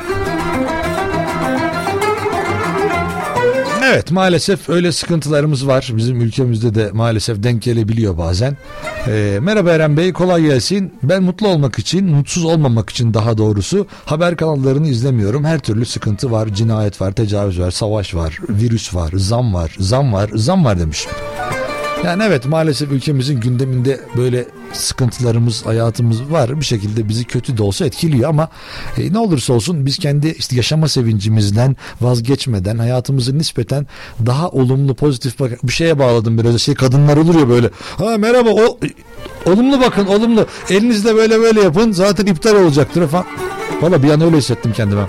Evet, maalesef öyle sıkıntılarımız var. Bizim ülkemizde de maalesef denk gelebiliyor bazen. Merhaba Eren Bey, kolay gelsin. Ben mutlu olmak için, mutsuz olmamak için daha doğrusu haber kanallarını izlemiyorum. Her türlü sıkıntı var, cinayet var, tecavüz var, savaş var, virüs var, zam var demiş. Yani evet, maalesef ülkemizin gündeminde böyle sıkıntılarımız, hayatımız var. Bir şekilde bizi kötü de olsa etkiliyor ama ne olursa olsun biz kendi işte yaşama sevincimizden vazgeçmeden hayatımızı nispeten daha olumlu, pozitif bir şeye bağladım biraz. Kadınlar olur ya böyle. Ha merhaba, olumlu bakın, olumlu. Elinizle böyle yapın, zaten iptal olacaktır falan. Valla bir an öyle hissettim kendime.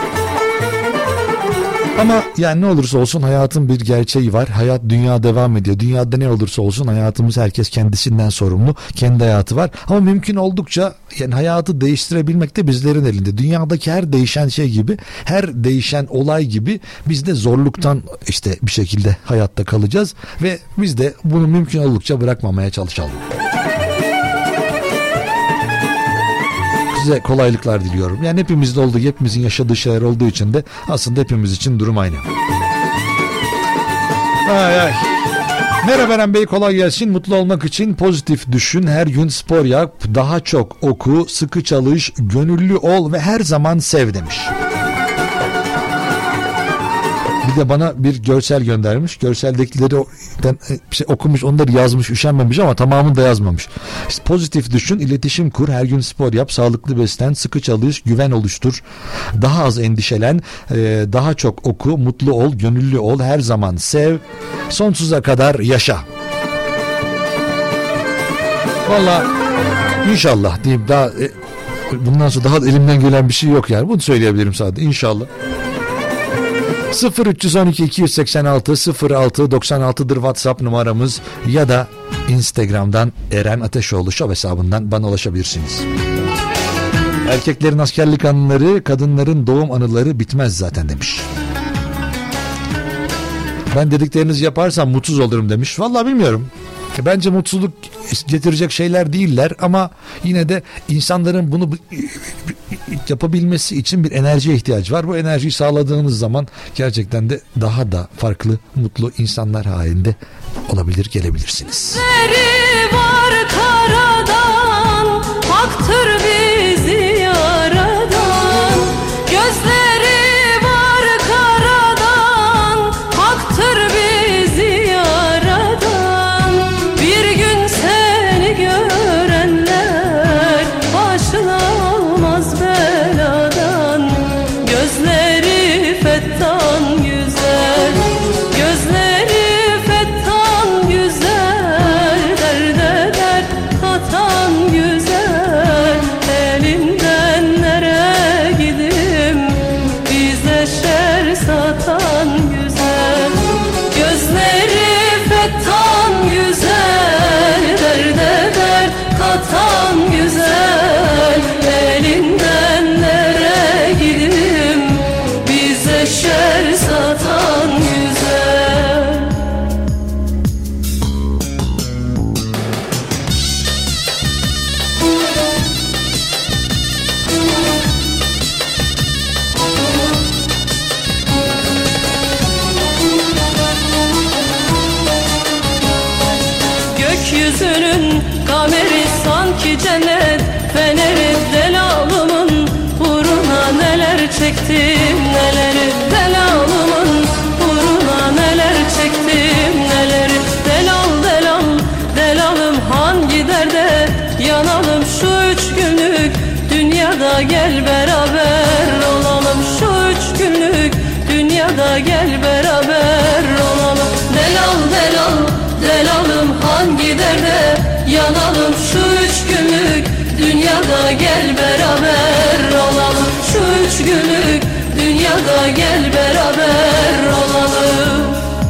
Ama yani ne olursa olsun hayatın bir gerçeği var. Hayat, dünya devam ediyor. Dünyada ne olursa olsun hayatımız, herkes kendisinden sorumlu. Kendi hayatı var. Ama mümkün oldukça yani hayatı değiştirebilmek de bizlerin elinde. Dünyadaki her değişen şey gibi, her değişen olay gibi biz de zorluktan işte bir şekilde hayatta kalacağız. Ve biz de bunu mümkün oldukça bırakmamaya çalışalım. Size kolaylıklar diliyorum. Yani hepimizde olduğu, hepimizin yaşadığı şeyler olduğu için de aslında hepimiz için durum aynı. Ay. Merhaba Eren Bey, kolay gelsin. Mutlu olmak için pozitif düşün, her gün spor yap, daha çok oku, sıkı çalış, gönüllü ol ve her zaman sev demiş. Bir de bana bir görsel göndermiş. Görseldekileri okumuş, onları yazmış, üşenmemiş ama tamamını da yazmamış. İşte pozitif düşün, iletişim kur, her gün spor yap, sağlıklı beslen, sıkı çalış, güven oluştur, daha az endişelen, daha çok oku, mutlu ol, gönüllü ol, her zaman sev, sonsuza kadar yaşa. Vallahi inşallah diyeyim, daha bundan sonra daha elimden gelen bir şey yok yani. Bunu söyleyebilirim sadece, inşallah. 0312 286 06 96'dır WhatsApp numaramız ya da Instagram'dan Eren Ateşoğlu Show hesabından bana ulaşabilirsiniz. Erkeklerin askerlik anıları, kadınların doğum anıları bitmez zaten demiş. Ben dediklerinizi yaparsam mutsuz olurum demiş. Vallahi bilmiyorum. Bence mutsuzluk getirecek şeyler değiller ama yine de insanların bunu yapabilmesi için bir enerjiye ihtiyaç var. Bu enerjiyi sağladığınız zaman gerçekten de daha da farklı, mutlu insanlar halinde olabilir, gelebilirsiniz. Var karadan, haktır bizi yaradan. Gözleri var karadan, haktır bizi yaradan. Bir gün seni görenler başına almaz beladan. Gözleri fettan güzel, gözleri fettan güzel, derde dert çektim neleri, delalımın uğruna neler çektim neleri. Delal delal delalım, hangi derde yanalım, şu 3 günlük dünyada gel beraber olalım. Şu 3 günlük dünyada gel beraber olalım. Delal delal delalım, hangi derde yanalım, şu 3 günlük dünyada gel beraber olalım. Şu 3 günlük dünyada gel beraber olalım.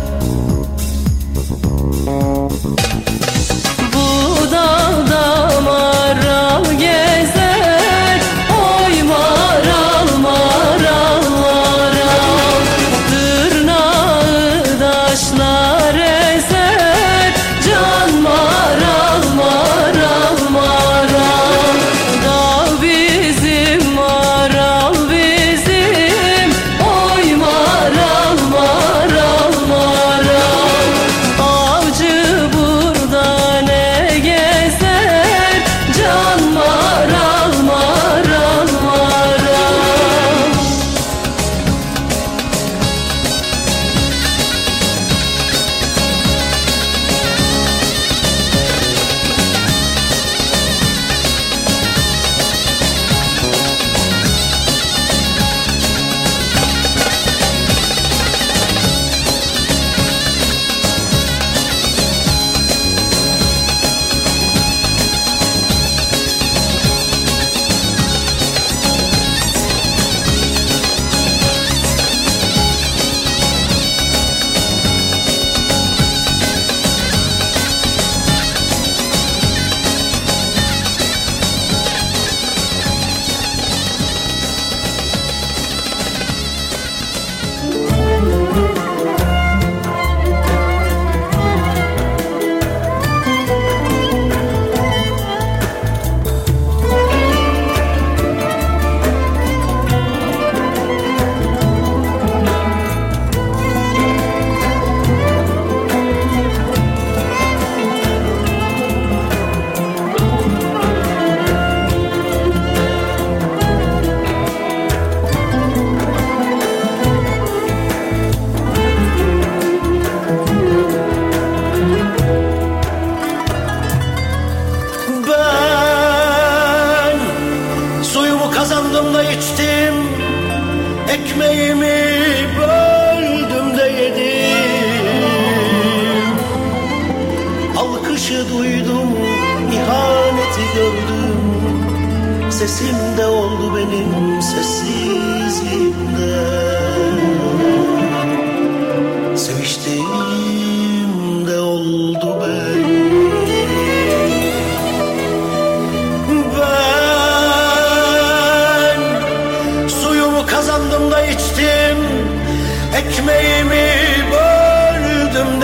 Bu dağda maral gezer, oy maral maral maral. Tırnağı taşlar ezer, can maral maral maral. Dağ bizim maral bizim, oy maral maral maral. Avcı burada ne gezer, can maral maral maral. Ben suyumu kazandım da içtim, ekmeğimi böldüm de yedim. Alkışı duydum, ihaneti gördüm, sesimde oldu benim sessizliğimde. Seviştiğimde oldu benim. Ben suyumu kazandım da içtim, ekmeğimi böldüm de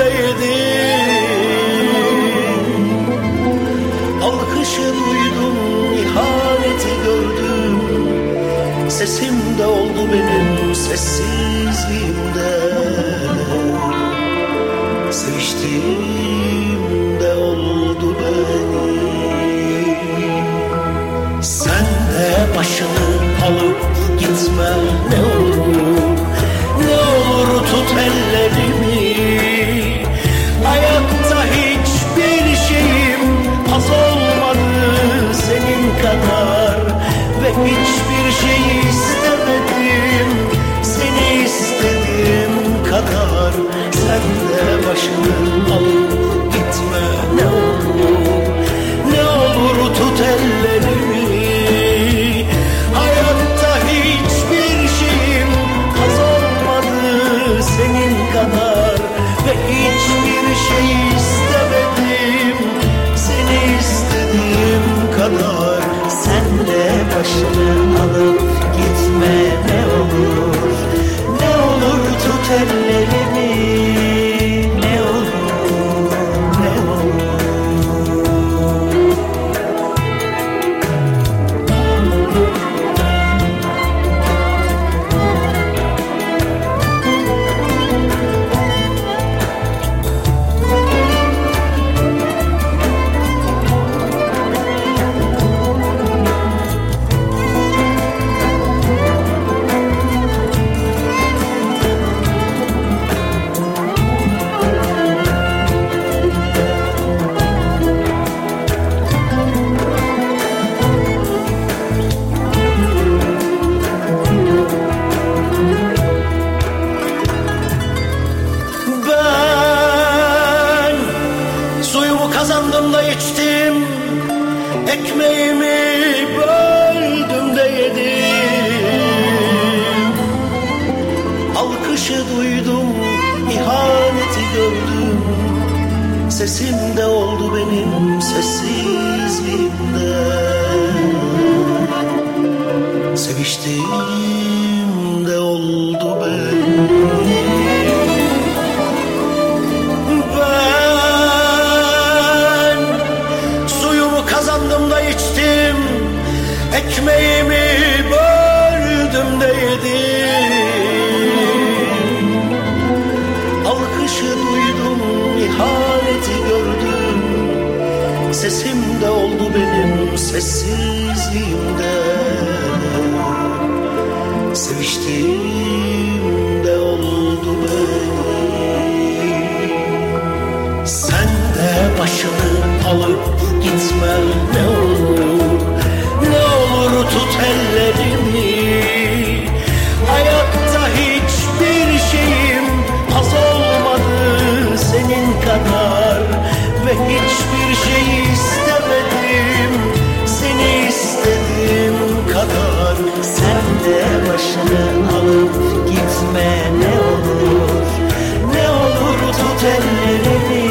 yedim. Alkışı duydum, ihaneti gördüm, sesimde oldu benim sessizliğimde. Seviştiğimde oldu benim. Sen de başını alıp gitme ne olur, ne olur tut ellerimi. Hayatta hiçbir şeyim az olmadı senin kadar, ve hiçbir şey istemedim seni istediğim kadar. Sen de başını alıp gitme ne olur, ne olur tut ellerimi. Hayatta hiçbir şeyim az olmadı senin kadar, ve hiçbir şey istemedim seni istediğim kadar. Sen de başını alıp Ekmeğimi böldüm de yedim, alkışı duydum, ihaneti gördüm. Sesimde oldu benim sessizliğimde, seviştiğimde oldu benim. Ben suyumu kazandım da içtim, ekmeğimi böldüm de yedim, alkışı duydum, ihaneti gördüm. Sesimde oldu benim sessizliğimde, seviştiğimde oldu benim. Sen de başını alıp gitme ne olur, ne olur tut ellerimi. Hayatta hiçbir şeyim az olmadı senin kadar, ve hiçbir şey istemedim seni istediğim kadar. Sen de başını alıp gitme ne olur, ne olur tut ellerimi.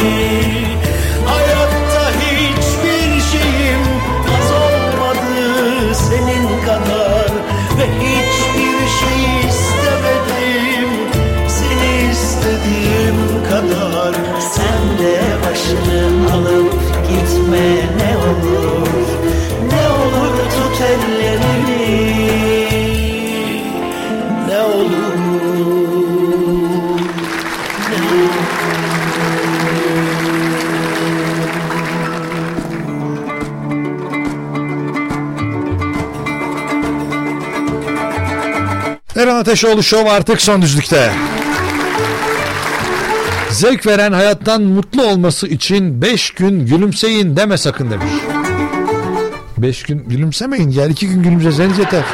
Hayatta hiçbir şeyim az olmadı senin kadar, ve hiçbir şey istemedim seni istediğim kadar. Sen de başını alıp gitme ne olur, ne olur tut ellerimi, ne olur, ne olur. Eren Ateşoğlu Show artık son düzlükte. Zevk veren hayattan mutlu olması için 5 gün gülümseyin deme sakın demiş. 5 gün gülümsemeyin ya, 2 gün gülümseseniz yeter.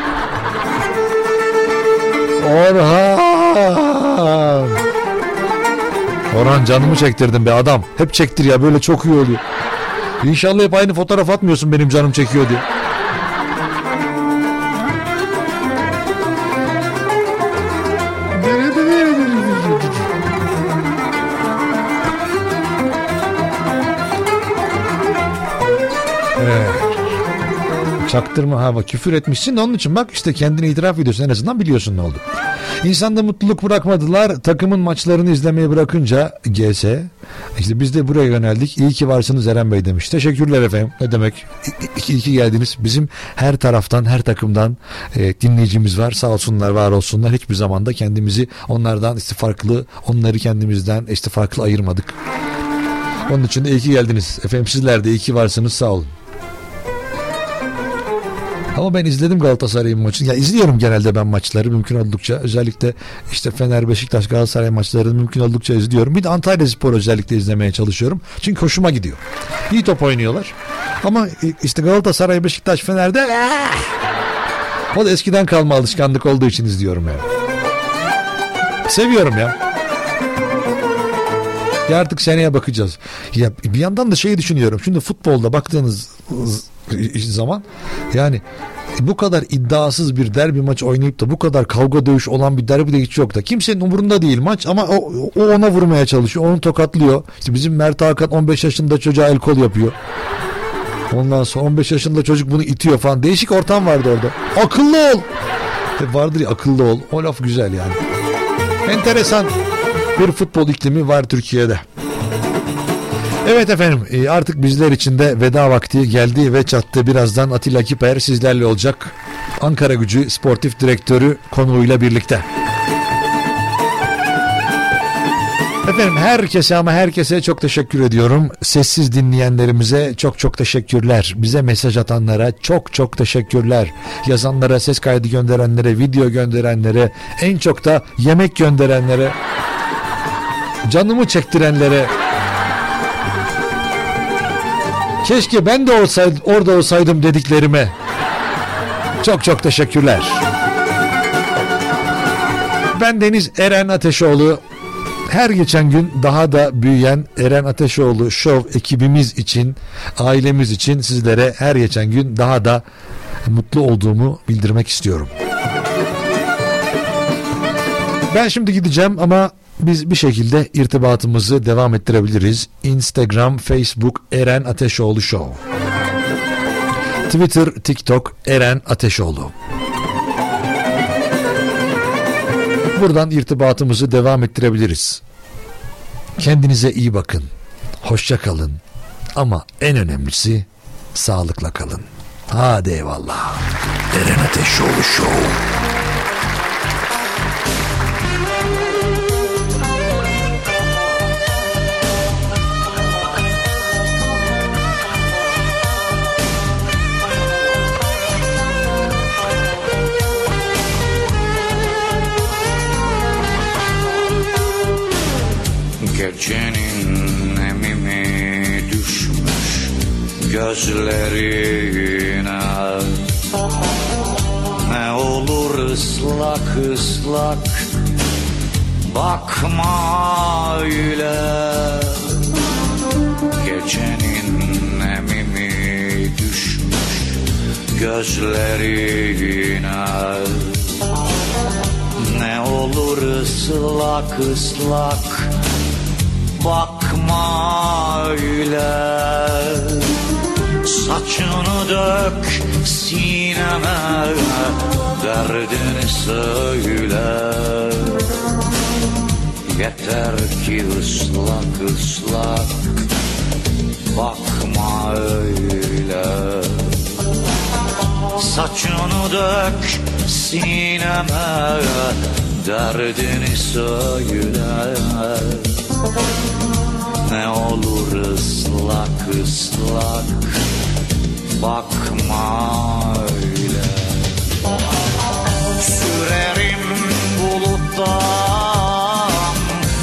Orhan. Orhan canımı çektirdin be adam. Hep çektir ya, böyle çok iyi oluyor. İnşallah hep aynı fotoğraf atmıyorsun benim canım çekiyor diye. Çaktırma hava, küfür etmişsin, onun için bak işte kendini itiraf ediyorsun, en azından biliyorsun ne oldu. İnsanda mutluluk bırakmadılar, takımın maçlarını izlemeyi bırakınca GS, işte biz de buraya yöneldik. İyi ki varsınız Eren Bey demiş. Teşekkürler efendim, ne demek, iyi ki geldiniz. Bizim her taraftan, her takımdan dinleyicimiz var, sağ olsunlar, var olsunlar. Hiçbir zaman da kendimizi onlardan işte farklı, onları kendimizden işte farklı ayırmadık. Onun için de iyi ki geldiniz efendim, sizler de iyi ki varsınız, sağ olun. Ama ben izledim Galatasaray'ın maçını. Ya izliyorum genelde ben maçları mümkün oldukça. Özellikle işte Fener, Beşiktaş, Galatasaray maçlarını mümkün oldukça izliyorum. Bir de Antalyaspor özellikle izlemeye çalışıyorum. Çünkü hoşuma gidiyor. İyi top oynuyorlar. Ama işte Galatasaray, Beşiktaş, Fener'de o da eskiden kalma alışkanlık olduğu için izliyorum yani. Seviyorum ya. Ya artık seneye bakacağız. Ya bir yandan da şeyi düşünüyorum. Şimdi futbolda baktığınız zaman yani bu kadar iddiasız bir derbi maçı oynayıp da bu kadar kavga dövüş olan bir derbi de hiç yok da. Kimsenin umurunda değil maç ama o ona vurmaya çalışıyor. Onu tokatlıyor. İşte bizim Mert Hakan 15 yaşında çocuğa el kol yapıyor. Ondan sonra 15 yaşında çocuk bunu itiyor falan. Değişik ortam vardı orada. Akıllı ol. Vardır ya, akıllı ol. O laf güzel yani. Enteresan bir futbol iklimi var Türkiye'de. Evet efendim, artık bizler için de veda vakti geldi ve çattı. Birazdan Atilla Kiper sizlerle olacak. Ankara Gücü Sportif Direktörü konuğuyla birlikte. Efendim herkese çok teşekkür ediyorum. Sessiz dinleyenlerimize çok teşekkürler. Bize mesaj atanlara çok teşekkürler. Yazanlara, ses kaydı gönderenlere, video gönderenlere, en çok da yemek gönderenlere, canımı çektirenlere. Keşke ben de orada olsaydım dediklerime çok teşekkürler. Ben Deniz Eren Ateşoğlu. Her geçen gün daha da büyüyen Eren Ateşoğlu Show ekibimiz için, ailemiz için sizlere her geçen gün daha da mutlu olduğumu bildirmek istiyorum. Ben şimdi gideceğim ama biz bir şekilde irtibatımızı devam ettirebiliriz. Instagram, Facebook Eren Ateşoğlu Show. Twitter, TikTok Eren Ateşoğlu. Buradan irtibatımızı devam ettirebiliriz. Kendinize iyi bakın. Hoşça kalın. Ama en önemlisi sağlıkla kalın. Hadi eyvallah. Eren Ateşoğlu Show. Gecenin nemimi düşmüş gözlerine, ne olur ıslak ıslak bakma öyle. Gecenin nemimi düşmüş gözlerine, ne olur ıslak ıslak bakma öyle. Saçını dök sineme, derdini söyle. Yeter ki ıslak ıslak bakma öyle. Saçını dök sineme, derdini söyle. Ne olur ıslak ıslak bakma öyle. Sürerim buluttan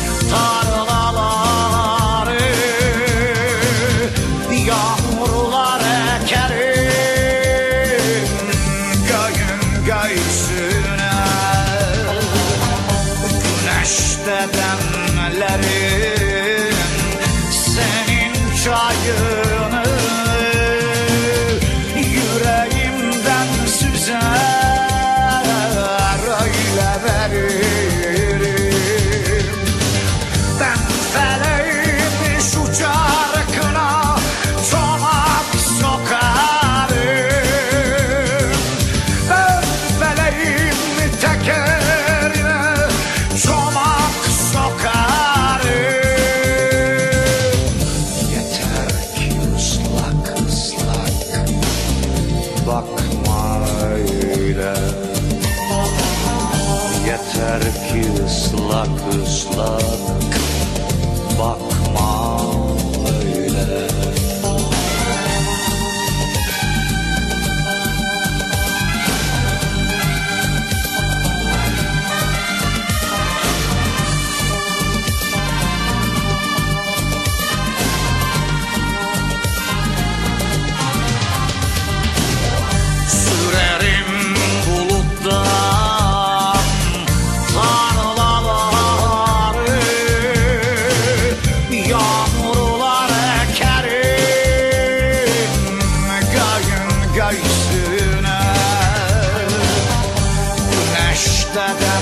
tarlaları, yağmurlar ekerim göğün göğsüne. Güneşte demlerim senin çayını, yüreğimden süzer öyle veririm. Ben feleğim şu çarkına çomak sokarım. Ben feleğim tekerine çomak sokarım. Bakma öyle. Yeter ki ıslak ıslak bakma öyle. Göğsüne güneşte de